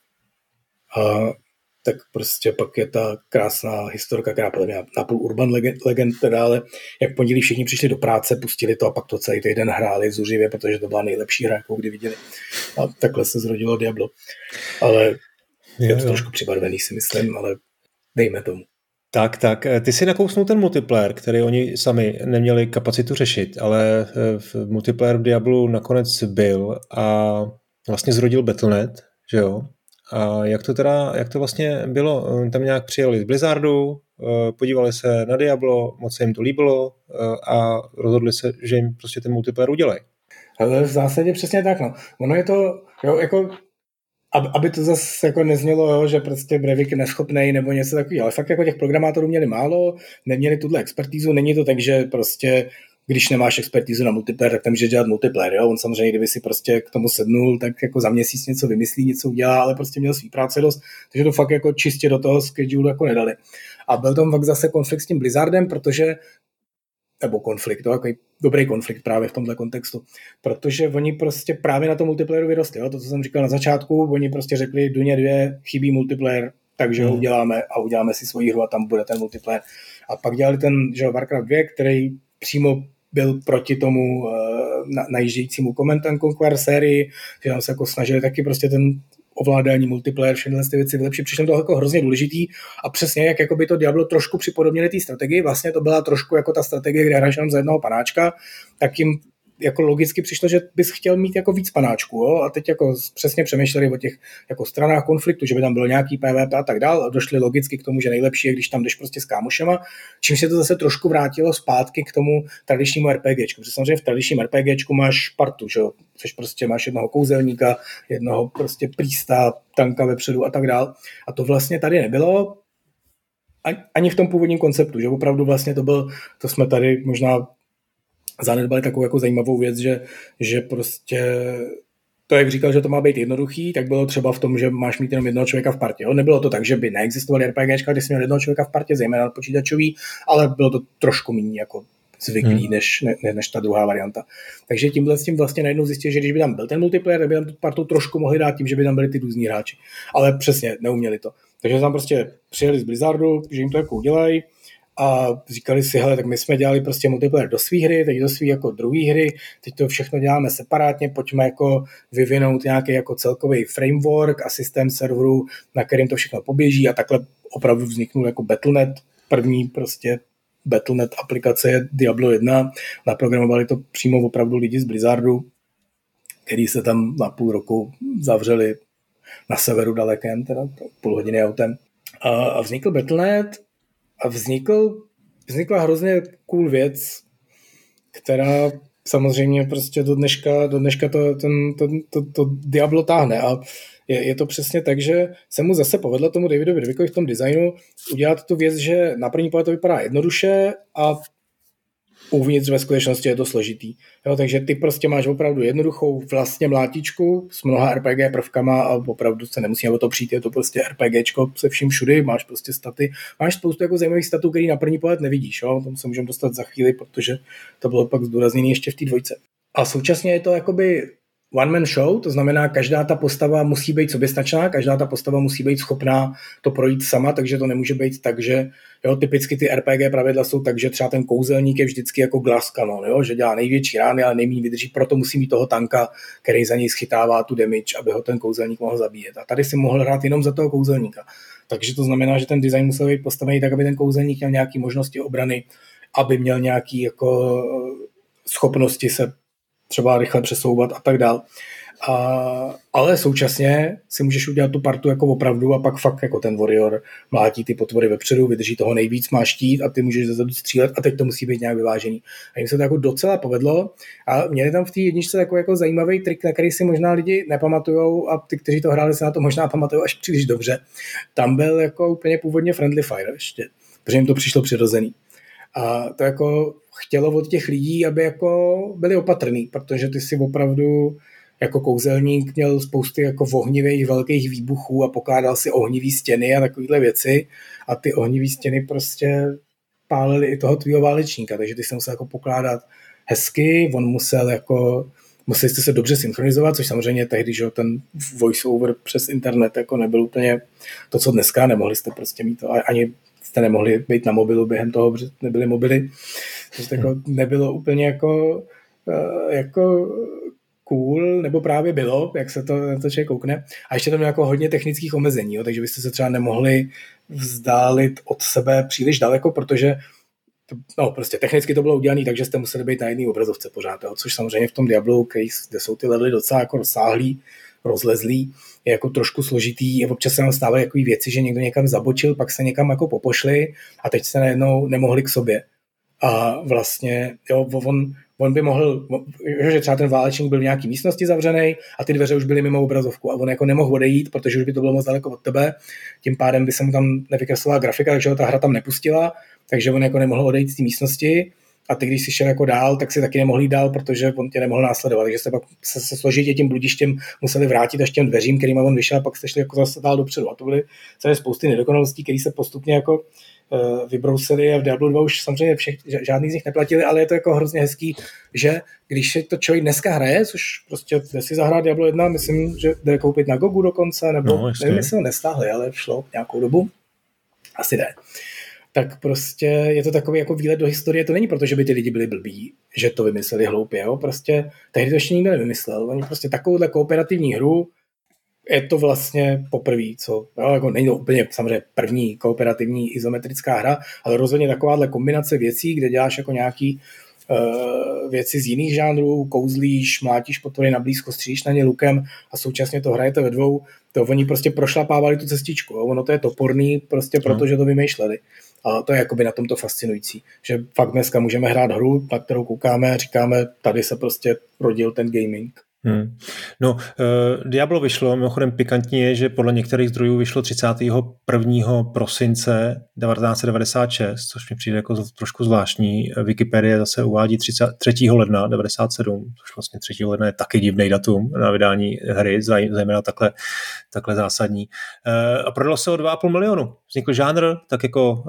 A tak prostě pak je ta krásná historka, která podle mě napůl urban legend teda, ale jak pondělí všichni přišli do práce, pustili to a pak to celý týden hráli zuřivě, protože to byla nejlepší hra, jakou kdy viděli. A takhle se zrodilo Diablo. Ale je to trošku přibarvený, si myslím, ale dejme tomu. Tak, ty si nakousnul ten multiplayer, který oni sami neměli kapacitu řešit, ale v multiplayer v Diablu nakonec byl a vlastně zrodil Battle.net, že jo? A jak to vlastně bylo? Tam nějak přijeli z Blizzardu, podívali se na Diablo, moc se jim to líbilo a rozhodli se, že jim prostě ten multiplayer udělají. Ale v zásadě přesně tak, no. Ono je to, jo, jako aby to zase jako neznělo, jo, že prostě Breivik je neschopnej nebo něco takového, ale fakt jako těch programátorů měli málo, neměli tuhle expertízu, není to tak, že prostě když nemáš expertízu na multiplayer, tak tam může dělat multiplayer, jo? On samozřejmě, kdyby si prostě k tomu sednul, tak jako za měsíc něco vymyslí, něco udělá, ale prostě měl svý práce dost, takže to fakt jako čistě do toho schedule jako nedali. A byl tam fakt zase konflikt s tím Blizzardem, nebo konflikt, to jako dobrý konflikt právě v tomhle kontextu, protože oni prostě právě na tom multiplayeru vyrostli, jo? To, co jsem říkal na začátku, oni prostě řekli, Duně 2 chybí multiplayer, takže ho uděláme a uděláme si svoji hru a tam bude ten multiplayer. A pak dělali ten, že Warcraft 2, který přímo byl proti tomu najíždějícímu Command & Conquer sérii, že tam se jako snažili taky prostě ten ovládání multiplayer, všechny ty věci vylepšit. Přišlo to jako hrozně důležitý a přesně jak jako by to Diablo trošku připodobnili té strategii, vlastně to byla trošku jako ta strategie, kde hraješ jenom za jednoho panáčka, tak jim jako logicky přišlo, že bys chtěl mít jako víc panáčků, jo? A teď jako přesně přemýšleli o těch jako stranách konfliktu, že by tam bylo nějaký PvP a tak dál a došli logicky k tomu, že nejlepší je, když tam jdeš prostě s kámošema, čím se to zase trošku vrátilo zpátky k tomu tradičnímu RPGčku, protože samozřejmě v tradičním RPGčku máš partu, že jo? Což prostě máš jednoho kouzelníka, jednoho prostě prísta, tanka vepředu a tak dál. A to vlastně tady nebylo. ani v tom původním konceptu, že opravdu vlastně to jsme tady možná zanedbali takovou jako zajímavou věc, že prostě to, jak říkal, že to má být jednoduchý, tak bylo třeba v tom, že máš mít jenom jednoho člověka v partě. Jo? Nebylo to tak, že by neexistovaly RPGčka, kde jsi měl jednoho člověka v partě, zejména počítačový, ale bylo to trošku méně jako zvyklý, než ta druhá varianta. Takže tímhle s tím vlastně najednou zjistil, že když by tam byl ten multiplayer, tak by tam tu partu trošku mohli dát tím, že by tam byli ty různí hráči. Ale přesně, neuměli to. Takže tam prostě přijeli z Blizzardu, že jim to jako udělají a říkali si, hele, tak my jsme dělali prostě multiplayer do své hry, teď do své jako druhé hry, teď to všechno děláme separátně, pojďme jako vyvinout nějaký jako celkový framework a systém serverů, na kterým to všechno poběží a takhle opravdu vzniknul jako Battle.net, první prostě Battle.net aplikace je Diablo 1, naprogramovali to přímo opravdu lidi z Blizzardu, který se tam na půl roku zavřeli na severu dalekém, teda půl hodiny autem. A vznikl Battle.net a vznikla hrozně cool věc, která samozřejmě prostě do dneška to Diablo táhne a je to přesně tak, že se mu zase povedlo tomu Davidovi Dwickovi v tom designu udělat tu věc, že na první pohled to vypadá jednoduše a uvnitř ve skutečnosti je to složitý. Jo, takže ty prostě máš opravdu jednoduchou vlastně mlátičku s mnoha RPG prvkama a opravdu se nemusí o to přijít, je to prostě RPGčko se vším všudy, máš prostě staty, máš spoustu jako zajímavých statů, který na první pohled nevidíš, jo, tomu se můžeme dostat za chvíli, protože to bylo pak zdůrazněné ještě v té dvojce. A současně je to jakoby one-man show, to znamená, každá ta postava musí být soběstačná, každá ta postava musí být schopná to projít sama, takže to nemůže být tak, že jo, typicky ty RPG pravidla jsou tak, že třeba ten kouzelník je vždycky jako glass cannon, jo, že dělá největší rány, ale nejméně vydrží, proto musí mít toho tanka, který za něj schytává tu damage, aby ho ten kouzelník mohl zabíjet. A tady si mohl hrát jenom za toho kouzelníka. Takže to znamená, že ten design musel být postavený tak, aby ten kouzelník měl nějaké možnosti obrany, aby měl nějaké jako schopnosti se třeba rychle přesouvat a tak dál. Ale současně si můžeš udělat tu partu jako opravdu a pak fakt jako ten warrior mlátí ty potvory vepředu, vydrží toho nejvíc, má štít a ty můžeš zezadu střílet a teď to musí být nějak vyvážený. A jim se to jako docela povedlo a měli tam v té jedničce takový jako zajímavý trik, na který si možná lidi nepamatujou a ty, kteří to hráli, se na to možná pamatujou až příliš dobře. Tam byl jako úplně původně friendly fire ještě, protože jim to přišlo přirozený. A to jako chtělo od těch lidí, aby jako byli opatrný, protože ty si opravdu jako kouzelník měl spousty jako ohnivých velkých výbuchů a pokládal si ohnivý stěny a takovýhle věci a ty ohnivý stěny prostě pálily i toho tvýho válečníka, takže ty se musel jako pokládat hezky, museli jste se dobře synchronizovat, což samozřejmě tehdy, že ten voice-over přes internet jako nebyl úplně to, co dneska, nemohli jste prostě mít to, ani jste nemohli být na mobilu během toho, protože nebyly mobily, takže to jako nebylo úplně jako cool, nebo právě bylo, jak se to člověk koukne. A ještě tam jako hodně technických omezení, jo, takže byste se třeba nemohli vzdálit od sebe příliš daleko, protože prostě technicky to bylo udělané, takže jste museli být na jedné obrazovce pořád, jo, což samozřejmě v tom Diablu, kde jsou ty levely docela jako rozsáhlý, rozlezlý, je jako trošku složitý, a občas se nám stávaly jako věci, že někdo někam zabočil, pak se někam jako popošli a teď se najednou nemohli k sobě. A vlastně, jo, on by mohl, že třeba ten válečník byl v nějaký místnosti zavřený a ty dveře už byly mimo obrazovku a on jako nemohl odejít, protože už by to bylo moc daleko od tebe, tím pádem by se mu tam nevykreslovala grafika, takže ho ta hra tam nepustila, takže on jako nemohl odejít z té místnosti a ty, když jsi šel jako dál, tak si taky nemohl jít dál, protože on tě nemohl následovat, takže se pak se složitě tím bludištěm museli vrátit až těm dveřím, kterýma on vyšel a pak jste šli jako zase dál dopředu a to byly celé spousty nedokonalostí, které se postupně jako vybrousili a v Diablo 2 už samozřejmě žádný z nich neplatili, ale je to jako hrozně hezký, že když se to člověk dneska hraje, což prostě jde si zahrát Diablo 1, myslím, že jde koupit na Gogu dokonce, nebo nevím, jestli ho nestáhli, ale šlo nějakou dobu, asi jde. Tak prostě je to takový jako výlet do historie, to není proto, že by ty lidi byli blbí, že to vymysleli hloupě, jo? Prostě tehdy to ještě nikdo nevymyslel, oni prostě takovouhle kooperativní hru, je to vlastně poprvé, co, jo, jako není to úplně samozřejmě první kooperativní izometrická hra, ale rozhodně takováhle kombinace věcí, kde děláš jako nějaký věci z jiných žánrů, kouzlíš, mlátíš potvory na blízko, střílíš na ně lukem a současně to hrajete ve dvou, to oni prostě prošlapávali tu cestičku, jo? Ono to je toporný prostě proto, že to vymýšleli. A to je jakoby na tomto fascinující, že fakt dneska můžeme hrát hru, na kterou koukáme a říkáme, tady se prostě rodil ten gaming. No, Diablo vyšlo, mimochodem pikantní je, že podle některých zdrojů vyšlo 31. prosince 1996, což mi přijde jako trošku zvláštní. Wikipedie zase uvádí 3. ledna 1997, což vlastně 3. ledna je taky divný datum na vydání hry, zejména takhle zásadní. A prodalo se o 2,5 milionu. Vznikl žánr, tak jako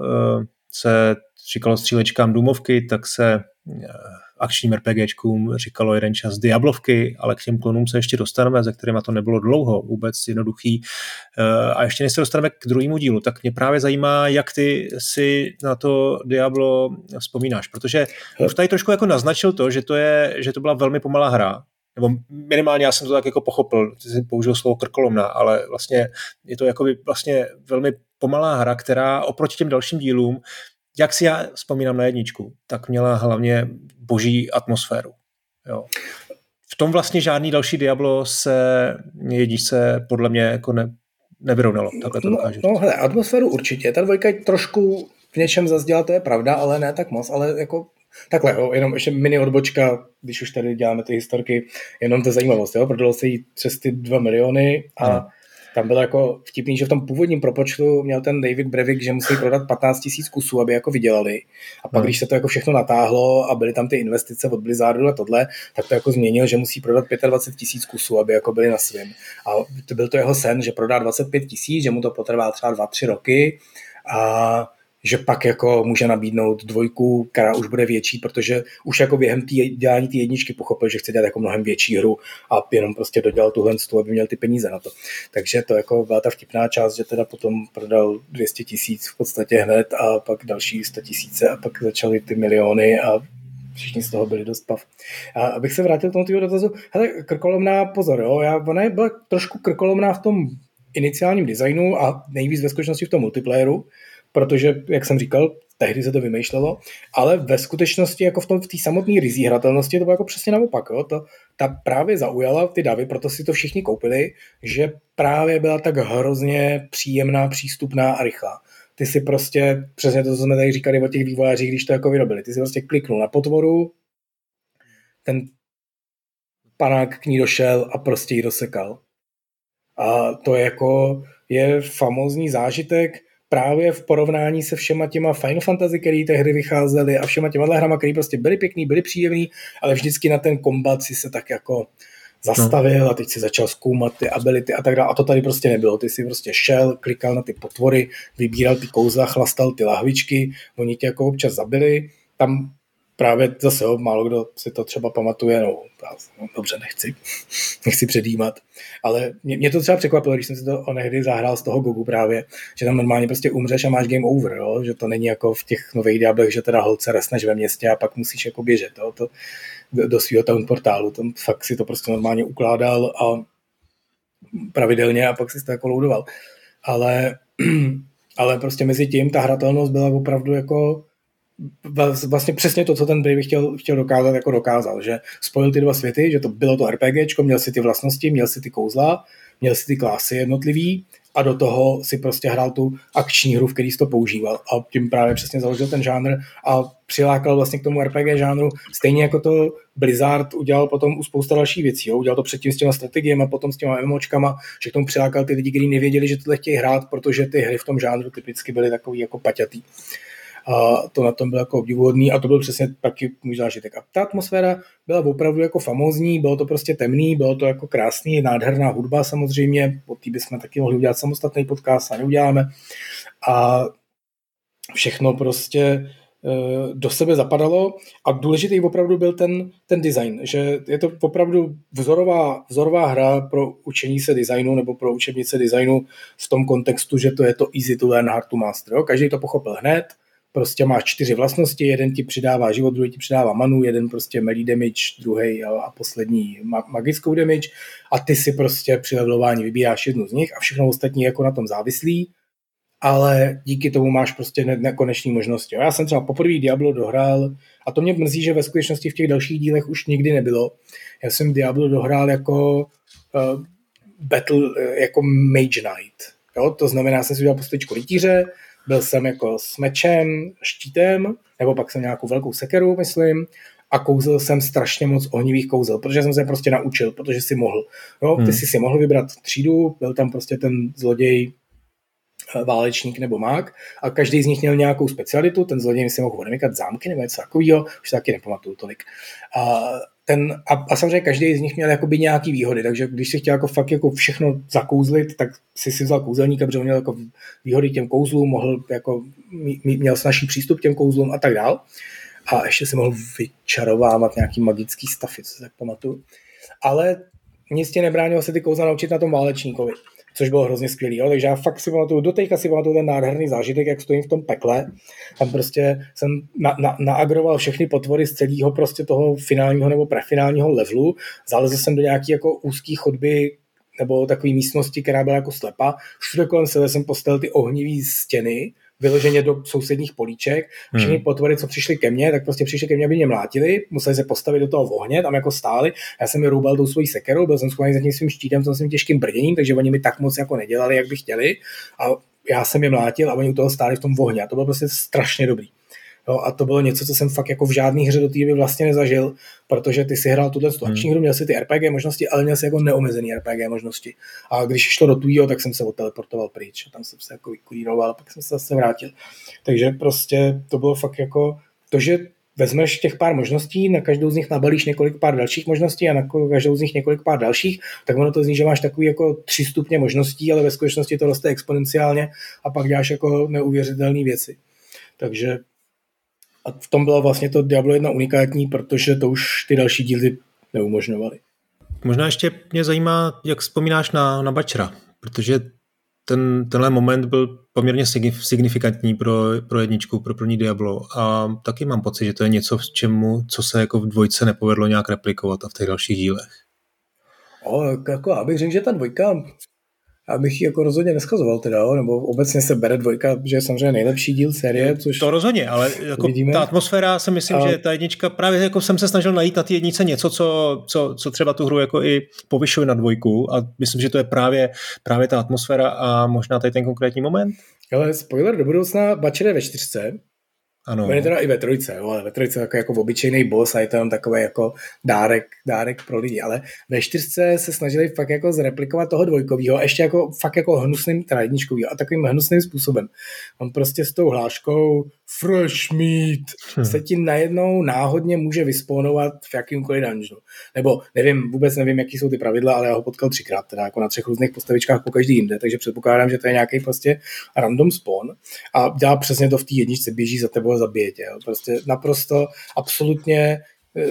se říkalo střílečkám důmovky, tak se akčním RPGčkům říkalo jeden čas Diablovky, ale k těm klonům se ještě dostaneme, ze kterýma to nebylo dlouho vůbec jednoduchý. A ještě než se dostaneme k druhému dílu, tak mě právě zajímá, jak ty si na to Diablo vzpomínáš, protože už tady trošku jako naznačil to, že to byla velmi pomalá hra, nebo minimálně já jsem to tak jako pochopil, ty jsi použil slovo krkolomná, ale vlastně je to jako vlastně velmi pomalá hra, která oproti těm dalším dílům, jak si já vzpomínám na jedničku, tak měla hlavně boží atmosféru. Jo. V tom vlastně žádný další Diablo se jedničce podle mě jako nevyrovnalo. Takhle to dokážu. No hele, atmosféru určitě. Ta dvojka trošku v něčem zazděla, to je pravda, ale ne tak moc, ale jako takhle, jo, jenom ještě mini odbočka, když už tady děláme ty historky, jenom to zajímavost, jo, prodalo se jí přes ty 2 miliony a tam bylo jako vtipný, že v tom původním propočtu měl ten David Brevik, že museli prodat 15 000 kusů, aby jako vydělali. A pak, když se to jako všechno natáhlo a byly tam ty investice od Blizzardu a tohle, tak to jako změnil, že musí prodat 25 000 kusů, aby jako byli na svým. A to byl to jeho sen, že prodá 25 000, že mu to potrvá třeba 2-3 roky a že pak jako může nabídnout dvojku, která už bude větší, protože už jako během dělání té jedničky pochopil, že chce dělat jako mnohem větší hru a jenom prostě dodělal tuhle, aby měl ty peníze na to. Takže to jako byla ta vtipná část, že teda potom prodal 200 000 v podstatě hned a pak další 100 000 a pak začaly ty miliony a všichni z toho byli dost pav. A abych se vrátil k tomu tvýho dotazu, hele, krkolomná, pozor, jo, ona byla trošku krkolomná v tom iniciálním designu a nejvíc ve skutečnosti v tom multiplayeru, protože, jak jsem říkal, tehdy se to vymýšlelo, ale ve skutečnosti jako v té samotné rizí hratelnosti to bylo jako přesně naopak. Jo? Ta právě zaujala ty davy, proto si to všichni koupili, že právě byla tak hrozně příjemná, přístupná a rychlá. Ty si prostě, přesně to, co jsme tady říkali o těch vývojářích, když to jako vyrobili, ty si prostě kliknul na potvoru, ten panák k ní došel a prostě ji dosekal. A to je famózní zážitek, právě v porovnání se všema těma Final Fantasy, které té hry vycházely a všema těma hrama, které prostě byly pěkný, byly příjemný, ale vždycky na ten kombat si se tak jako zastavil a teď si začal zkoumat ty ability a tak dále. A to tady prostě nebylo. Ty si prostě šel, klikal na ty potvory, vybíral ty kouzla, chlastal ty lahvičky, oni tě jako občas zabili. Tam právě zase, málo kdo si to třeba pamatuje, dobře, nechci předjímat, ale mě to třeba překvapilo, když jsem si to onehdy zahrál z toho Gogu právě, že tam normálně prostě umřeš a máš game over, jo? Že to není jako v těch nových Diablech, že teda holce resneš ve městě a pak musíš jako běžet, jo? To do svého town portálu, tam fakt si to prostě normálně ukládal a pravidelně a pak si to jako loadoval. Ale prostě mezi tím ta hratelnost byla opravdu jako vlastně přesně to, co ten Brave chtěl dokázat, jako dokázal, že spojil ty dva světy, že to bylo to RPGčko, měl si ty vlastnosti, měl si ty kouzla, měl si ty klásy jednotlivý a do toho si prostě hrál tu akční hru, v který jsi to používal a tím právě přesně založil ten žánr a přilákal vlastně k tomu RPG žánru, stejně jako to Blizzard udělal potom u spousta dalších věcí, jo? Udělal to předtím s těma strategiemi, potom s těma MMOčkama, že k tomu přilákal ty lidi, kteří nevěděli, že tohle chtějí hrát, protože ty hry v tom žánru typicky byly takový jako paťatý. A to na tom bylo jako obdivuhodný a to byl přesně taky můj zážitek. A ta atmosféra byla opravdu jako famózní, bylo to prostě temný, bylo to jako krásný, nádherná hudba samozřejmě, o té bychom taky mohli udělat samostatný podcast a neuděláme. A všechno prostě do sebe zapadalo a důležitý opravdu byl ten design, že je to opravdu vzorová hra pro učení se designu nebo pro učebnice designu v tom kontextu, že to je to easy to learn, hard to master. Jo? Každý to pochopil hned, prostě máš 4 vlastnosti, jeden ti přidává život, druhý ti přidává manu, jeden prostě melee damage, druhý a poslední magickou damage a ty si prostě při levelování vybíráš jednu z nich a všechno ostatní jako na tom závislí, ale díky tomu máš prostě nekonečné možnosti. Já jsem třeba poprvé Diablo dohrál a to mě mrzí, že ve skutečnosti v těch dalších dílech už nikdy nebylo. Já jsem Diablo dohrál jako battle, jako Mage Knight. Jo? To znamená, jsem si udělal postavičku rytíře, byl jsem jako s mečem, štítem, nebo pak jsem nějakou velkou sekeru, myslím, a kouzl jsem strašně moc ohnivých kouzel, protože jsem se prostě naučil, protože si mohl. Jo, ty si mohl vybrat třídu, byl tam prostě ten zloděj, válečník nebo mák a každý z nich měl nějakou specialitu, ten zloděj si mohl odemykat zámky nebo něco takového, už taky nepamatuju tolik. A samozřejmě každý z nich měl jakoby nějaký výhody, takže když si chtěl jako fakt jako všechno zakouzlit, tak si vzal kouzelníka, protože měl jako výhody těm kouzlům, měl snazší přístup k těm kouzlům a tak dál. A ještě si mohl vyčarovávat nějaký magický stavy, co se tak pamatuju. Ale nic tě nebránilo se ty kouzla naučit na tom válečníkovi, což bylo hrozně skvělý. Jo? Takže já fakt si pamatuju, doteďka si pamatuju ten nádherný zážitek, jak stojím v tom pekle. Tam prostě jsem naagroval všechny potvory z celého prostě toho finálního nebo prefinálního levelu. Zalezl jsem do nějaký jako úzký chodby nebo takové místnosti, která byla jako slepá. Všude kolem sebe jsem postavil ty ohnivý stěny, vyloženě do sousedních políček. Všechny potvory, co přišly ke mně, tak prostě přišly ke mně, aby mě mlátili, museli se postavit do toho ohně, tam jako stáli. Já jsem je roubal tou svojí sekerou, byl jsem schovaný za tím svým štítem, s tím těžkým brděním, takže oni mi tak moc jako nedělali, jak by chtěli. A já jsem je mlátil a oni u toho stáli v tom ohni. A to bylo prostě strašně dobrý. Jo, a to bylo něco, co jsem fakt jako v žádný hře do té doby vlastně nezažil, protože ty si hrál tuhle akční hru, měl si ty RPG možnosti, ale měl si jako neomezený RPG možnosti. A když šlo do tvýho, tak jsem se odteleportoval pryč. A tam jsem se jako vykulíroval a pak jsem se zase vrátil. Takže prostě to bylo fakt jako to, že vezmeš těch pár možností, na každou z nich nabalíš několik pár dalších možností a na každou z nich několik pár dalších, tak ono to zní, že máš takový jako 3 stupně možností, ale ve skutečnosti to roste exponenciálně a pak děláš jako neuvěřitelné věci. Takže a v tom bylo vlastně to Diablo 1 unikátní, protože to už ty další díly neumožňovaly. Možná ještě mě zajímá, jak vzpomínáš na Butchera, protože tenhle moment byl poměrně signifikantní pro jedničku, pro první Diablo a taky mám pocit, že to je něco, co se jako v dvojce nepovedlo nějak replikovat a v těch dalších dílech. Jako abych řekl, že ta dvojka, abych ji jako rozhodně neschazoval teda, nebo obecně se bere dvojka, že je samozřejmě nejlepší díl série, což to rozhodně, ale jako ta atmosféra si myslím, že ta jednička, právě jako jsem se snažil najít na té jedničce něco, co třeba tu hru jako i povyšuje na dvojku a myslím, že to je právě ta atmosféra a možná tady ten konkrétní moment. Ale spoiler do budoucna, Butcher je ve 4. Ano. On je teda i ve 3, jo, ale ve 3 jako obyčejný boss a je tam takový jako dárek pro lidi, ale ve 4 se snažili fakt jako zreplikovat toho dvojkovýho a ještě jako fakt jako hnusným, teda jedničkovýho a takovým hnusným způsobem. On prostě s tou hláškou fresh meat se ti najednou náhodně může vysponovat v jakýmkoliv dungeonu. Nebo vůbec nevím, jaký jsou ty pravidla, ale já ho potkal 3krát, teda jako na 3 různých postavičkách po každý jinde, takže předpokládám, že to je nějaký prostě random spawn a dělá přesně to v té jedničce, běží za tebou a zabije tě. Jo. Prostě naprosto absolutně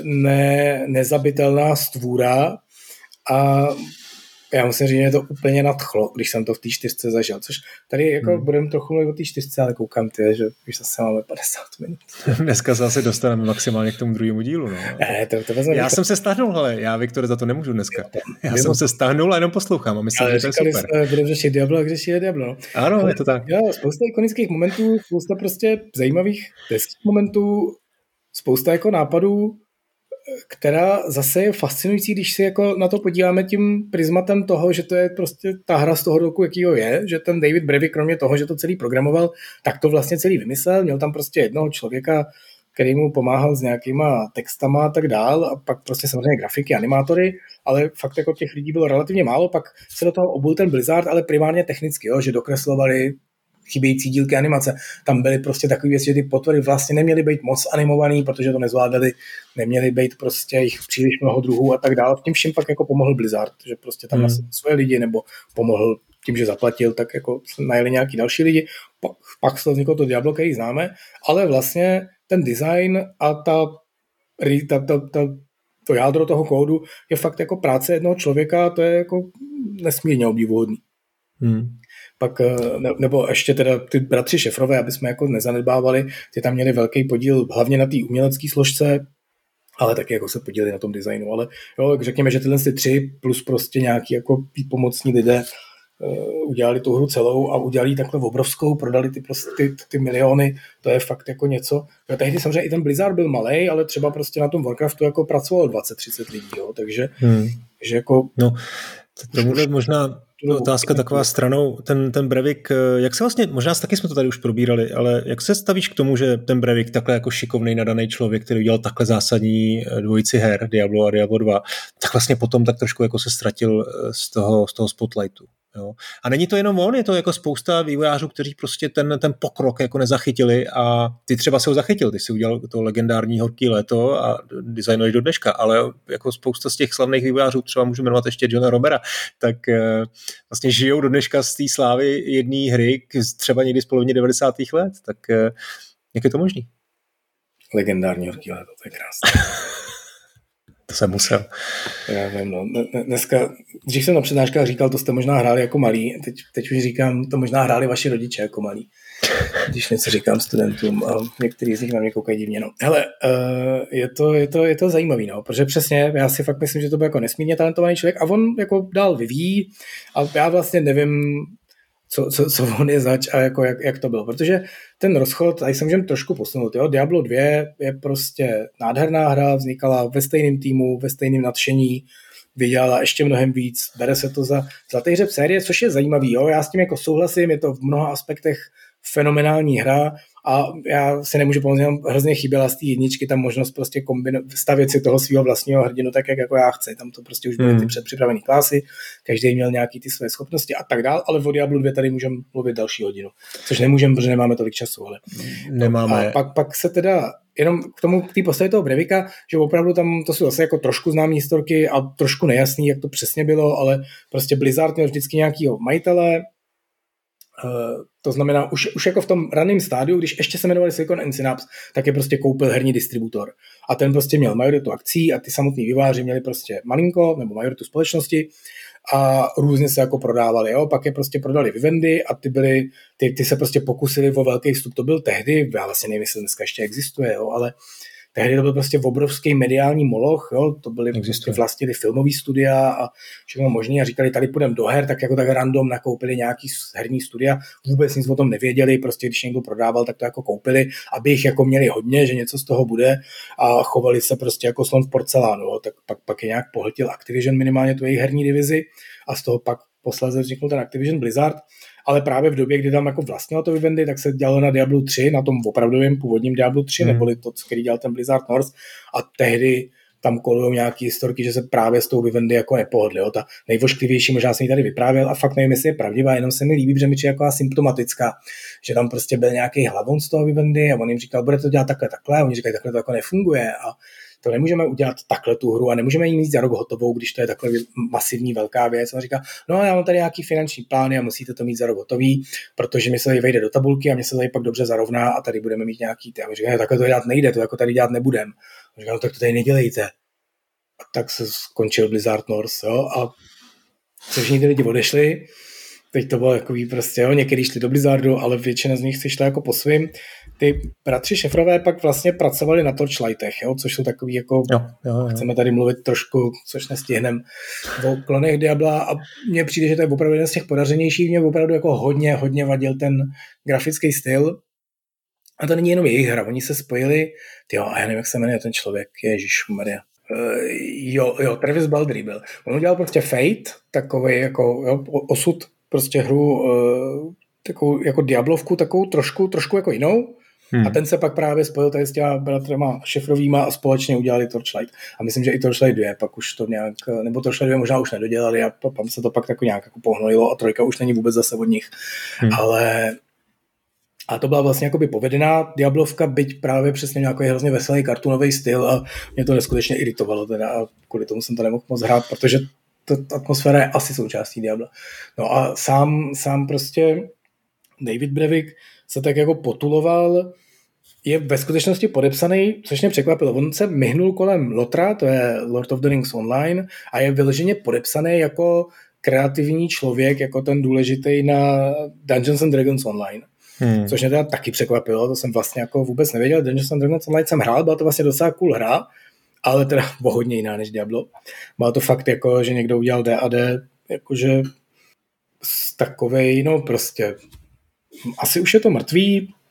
nezabitelná stvůra a já musím říct, že mě to úplně nadchlo, když jsem to v té 4 zažil, což tady jako budeme trochu mluvit o té 4, ale koukám že už zase máme 50 minut. Dneska se asi dostaneme maximálně k tomu druhému dílu. No. Ne, já jsem se stáhnul, ale já, Viktor, za to nemůžu dneska. Já jsem se stáhnul a jenom poslouchám a myslím, že to je super. Ale budeme řešit Diablo a když je Diablo. No. Ano, je to tak. Jo, spousta ikonických momentů, spousta prostě zajímavých hezkých momentů, spousta jako nápadů, která zase je fascinující, když si jako na to podíváme tím prismatem toho, že to je prostě ta hra z toho roku, jakýho je, že ten David Brevy, kromě toho, že to celý programoval, tak to vlastně celý vymyslel, měl tam prostě jednoho člověka, který mu pomáhal s nějakýma textama a tak dál a pak prostě samozřejmě grafiky, animátory, ale fakt jako těch lidí bylo relativně málo, pak se do toho obul ten Blizzard, ale primárně technicky, jo, že dokreslovali chybějící dílky animace. Tam byly prostě takový věci, že ty potvory vlastně neměly být moc animovaný, protože to nezvládali, neměly být prostě jich příliš mnoho druhů a tak dále. Tím všem pak jako pomohl Blizzard, že prostě tam nasadil svoje lidi, nebo pomohl tím, že zaplatil, tak jako najeli nějaký další lidi. Pak se vzniklo to Diablo, který známe, ale vlastně ten design a to jádro toho kódu je fakt jako práce jednoho člověka, to je jako nesmírně obdivuhodný. Pak, nebo ještě teda ty bratři Šefrové, aby jsme jako nezanedbávali, ty tam měli velký podíl hlavně na té umělecké složce, ale taky jako se podíleli na tom designu, ale jo, řekněme, že tyhle 3 plus prostě nějaký jako pomocní lidé udělali tu hru celou a udělali takhle obrovskou, prodali ty miliony, to je fakt jako něco. Jo, tehdy samozřejmě i ten Blizzard byl malej, ale třeba prostě na tom Warcraftu jako pracovalo 20-30 lidí, jo, takže že jako... No, tomuhle možná Otázka taková stranou, ten Breivik, jak se vlastně, možná taky jsme to tady už probírali, ale jak se stavíš k tomu, že ten Breivik takhle jako šikovnej nadaný člověk, který udělal takhle zásadní dvojici her, Diablo a Diablo 2, tak vlastně potom tak trošku jako se ztratil z toho spotlightu. Jo. A není to jenom on, je to jako spousta vývojářů, kteří prostě ten pokrok jako nezachytili a ty třeba se ho zachytil, ty si udělal to legendární horký léto a designuješ do dneška, ale jako spousta z těch slavných vývojářů, třeba můžu jmenovat ještě Johna Romera, tak vlastně žijou do dneška z té slávy jedné hry, třeba někdy z poloviny 90. let, tak jak je to možný? Legendární horký léto, to je krásné. To jsem musel. Já vím, no. Dneska, dřív jsem na přednáškách říkal, to jste možná hráli jako malí, teď už říkám, to možná hráli vaši rodiče jako malí. Když něco říkám studentům a některý z nich na mě koukají divně. No. Hele, je to zajímavý, no, protože přesně, já si fakt myslím, že to byl jako nesmírně talentovaný člověk a on jako dál vyvíjí a já vlastně nevím, co on je zač a jako jak to bylo, protože ten rozchod, tady se můžeme trošku posunout, jo? Diablo 2 je prostě nádherná hra, vznikala ve stejném týmu, ve stejném nadšení, vydělala ještě mnohem víc, bere se to za zlatý hřeb série, což je zajímavý, jo? Já s tím jako souhlasím, je to v mnoha aspektech fenomenální hra a já si nemůžu pomoct, hrozně chyběla z té jedničky ta možnost prostě stavět si toho svého vlastního hrdinu tak, jak jako já chci. Tam to prostě už byly ty předpřipravené klasy, každý měl nějaký ty své schopnosti a tak dál, ale o Diablu 2 tady můžeme mluvit další hodinu, což nemůžeme, protože nemáme tolik času. Ale nemáme. A pak se teda jenom k té postavě toho Breivika, že opravdu tam to jsou zase jako trošku známé historky a trošku nejasný, jak to přesně bylo, ale prostě Blizzard měl vždycky nějakýho majitele. To znamená, už jako v tom raném stádiu, když ještě se jmenovali Silicon and Synapse, tak je prostě koupil herní distributor. A ten prostě měl majoritu akcí a ty samotní vývojáři měli prostě malinko nebo majoritu společnosti a různě se jako prodávali. Jo? Pak je prostě prodali Vivendi a ty se prostě pokusili o velký vstup. To byl tehdy, já vlastně nevím, jestli dneska ještě existuje, jo? Ale tehdy to byl prostě obrovský mediální moloch, jo? To byly prostě vlastnili filmový studia a všechno možné a říkali, tady půjdeme do her, tak jako tak random nakoupili nějaký herní studia, vůbec nic o tom nevěděli, prostě když někdo prodával, tak to jako koupili, aby jich jako měli hodně, že něco z toho bude a chovali se prostě jako slon v porcelánu, jo? Tak pak je nějak pohltil Activision minimálně tu jejich herní divizi a z toho pak posléze vzniknul ten Activision Blizzard. Ale právě v době, kdy tam jako vlastnilo to Vivendi, tak se dělalo na Diablo 3, na tom opravdovém původním Diablo 3, neboli to, který dělal ten Blizzard North a tehdy tam kolujou nějaký historky, že se právě s tou Vivendi jako nepohodli. Jo. Ta nejvošklivější, možná jsem ji tady vyprávěl a fakt nevím, jestli je pravdivá, jenom se mi líbí, protože mi je jako symptomatická, že tam prostě byl nějaký hlavon z toho Vivendi a on jim říkal, bude to dělat takhle, a oni říkají, takhle to jako nefunguje a to nemůžeme udělat takhle tu hru a nemůžeme jí mít za rok hotovou, když to je takhle masivní velká věc. On říká, no já mám tady nějaký finanční plány a musíte to mít za rok hotový, protože mi se tady vejde do tabulky a mě se tady pak dobře zarovná a tady budeme mít nějaký ty. A on říká, takhle to dělat nejde, to jako tady dělat nebudem. On říká, no tak to tady nedělejte. A tak se skončil Blizzard North, jo, a všichni ty lidi odešli. Teď to bylo takový prostě, jo, někdy šli do Blizzardu, ale většina z nich si šla jako po svým. Ty bratři Šefrové pak vlastně pracovali na Torchlightech, jo, což jsou takový jako, jo. Chceme tady mluvit trošku, což nestihneme, o klonech Diabla a mně přijde, že to je opravdu jeden z těch podařenějších, mě opravdu jako hodně vadil ten grafický styl. A to není jenom jejich hra, oni se spojili, a já nevím, jak se jmenuje ten člověk, ježišmarja. Jo, Travis Baldry byl. On udělal prostě Fate, takovej jako osud, prostě hru takovou jako Diablovku, takovou trošku jako jinou. A ten se pak právě spojil tady s těma bratrama Šefrovýma a společně udělali Torchlight. A myslím, že i Torchlight 2 pak už to nějak, nebo Torchlight 2 možná už nedodělali a tam se to pak tak nějak jako pohnojilo a 3 už není vůbec zase od nich. A to byla vlastně jakoby povedená Diablovka, byť právě přesně nějaký hrozně veselý kartunový styl a mě to neskutečně iritovalo teda a kvůli tomu jsem to nemohl moc hrát, protože ta atmosféra je asi součástí Diabla. No a sám prostě David Brevik se tak jako potuloval, je ve skutečnosti podepsaný, což mě překvapilo. On se myhnul kolem Lotra, to je Lord of the Rings Online, a je vyloženě podepsaný jako kreativní člověk, jako ten důležitý na Dungeons and Dragons Online. Což mě teda taky překvapilo, to jsem vlastně jako vůbec nevěděl. Dungeons and Dragons Online jsem hrál, byla to vlastně docela cool hra, ale teda o hodně jiná než Diablo. Bylo to fakt jako, že někdo udělal D&D, jakože takovej, no prostě asi už je to mrtvý,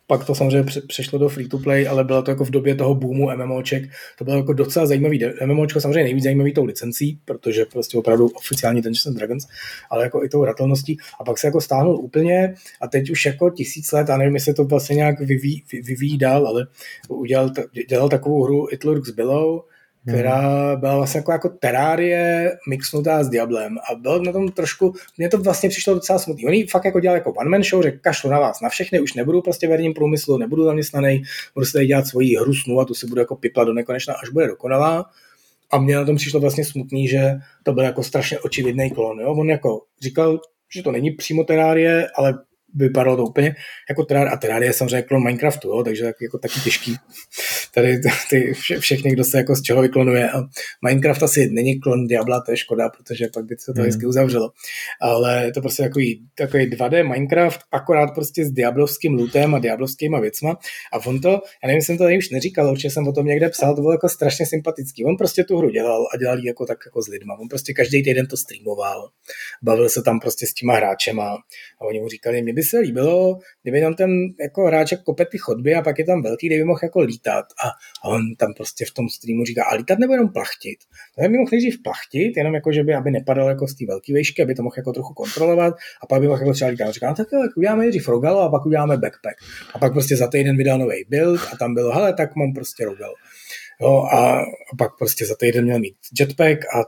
pak to samozřejmě přešlo do free-to-play, ale bylo to jako v době toho boomu MMOček, to bylo jako docela zajímavý. MMOčko samozřejmě nejvíc zajímavý tou licencí, protože prostě opravdu oficiální Dungeons and Dragons, ale jako i tou hratelností. A pak se jako stáhnul úplně a teď už jako 1000 let, a nevím, jestli to vlastně nějak vyvíjí dál, ale dělal takovou hru It Lurks Below, která byla vlastně jako terárie mixnutá s Diablem a bylo na tom trošku, mně to vlastně přišlo docela smutný. Oni fakt jako dělali jako one man show, řekl kašlu na vás, na všechny, už nebudu prostě v herním průmyslu, nebudu zaměstnaný, budu si tady dělat svoji hru snu a tu si budu jako piplat do nekonečna, až bude dokonalá. A mně na tom přišlo vlastně smutný, že to byl jako strašně očividný klon. Jo? On jako říkal, že to není přímo terárie, ale vypadalo to úplně jako Terraria je samozřejmě klon Minecraftu, jo, takže jako taky těžký. Tady všechny, kdo se jako z čeho vyklonuje. A Minecraft asi není klon Diabla, to je škoda, protože pak by se to hezky uzavřelo. Ale je to prostě takový 2D Minecraft, akorát prostě s diablovským lootem a diablovskýma věcma. A on to, já nevím, jsem to tady už neříkal, určitě jsem o tom někde psal, to bylo jako strašně sympatický. On prostě tu hru dělal a dělal ji jako tak jako s lidma. On prostě každý týden to streamoval. Bavil se tam prostě s těma hráčema a oni mu říkali, mě by se líbilo, kdyby tam ten jako hráček kope ty chodby a pak je tam velký, kdyby mohl jako lítat. A on tam prostě v tom streamu říká, a lítat nebo jenom plachtit? To by mohl nejdřív plachtit, jenom jako, že aby nepadal jako z té velké výšky, aby to mohl jako trochu kontrolovat a pak by mohl jako třeba lítat. Říká, no tak jo, uděláme nejdřív Rogalo a pak uděláme backpack. A pak prostě za týden vydal nový build a tam bylo, hele, tak mám prostě Rogalo. Jo, a pak prostě za týden měl mít jetpack a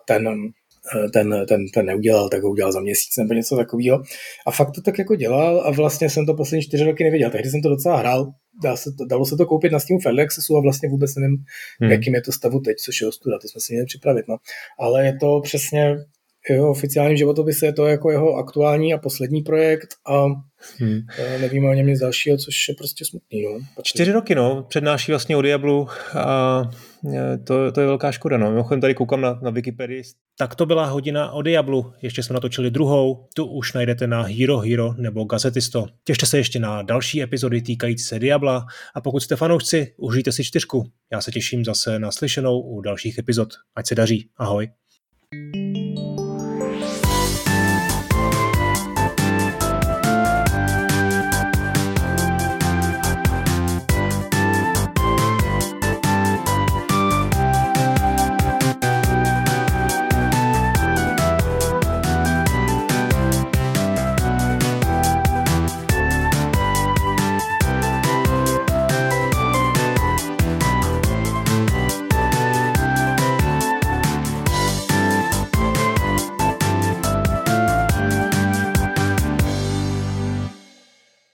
ten neudělal, tak ho udělal za měsíc nebo něco takového. A fakt to tak jako dělal a vlastně jsem to poslední 4 roky neviděl. Tehdy jsem to docela hrál, dalo se to koupit na Steamu Fairly Accessu a vlastně vůbec nevím, jakým je to stavu teď, což je ostuda, to jsme si měli připravit. No. Ale je to přesně jeho oficiálním životopise, je to jako jeho aktuální a poslední projekt a nevíme o něm nic dalšího, což je prostě smutný. No. 4 roky, no, přednáší vlastně o Diablu a to je velká škoda, no. Mimochodem tady koukám na Wikipedii. Tak to byla hodina o Diablu, ještě jsme natočili druhou, tu už najdete na Hero nebo Gazetisto. Těšte se ještě na další epizody týkající se Diabla a pokud jste fanoušci, užijte si 4. Já se těším zase na slyšenou u dalších epizod. Ať se daří, ahoj.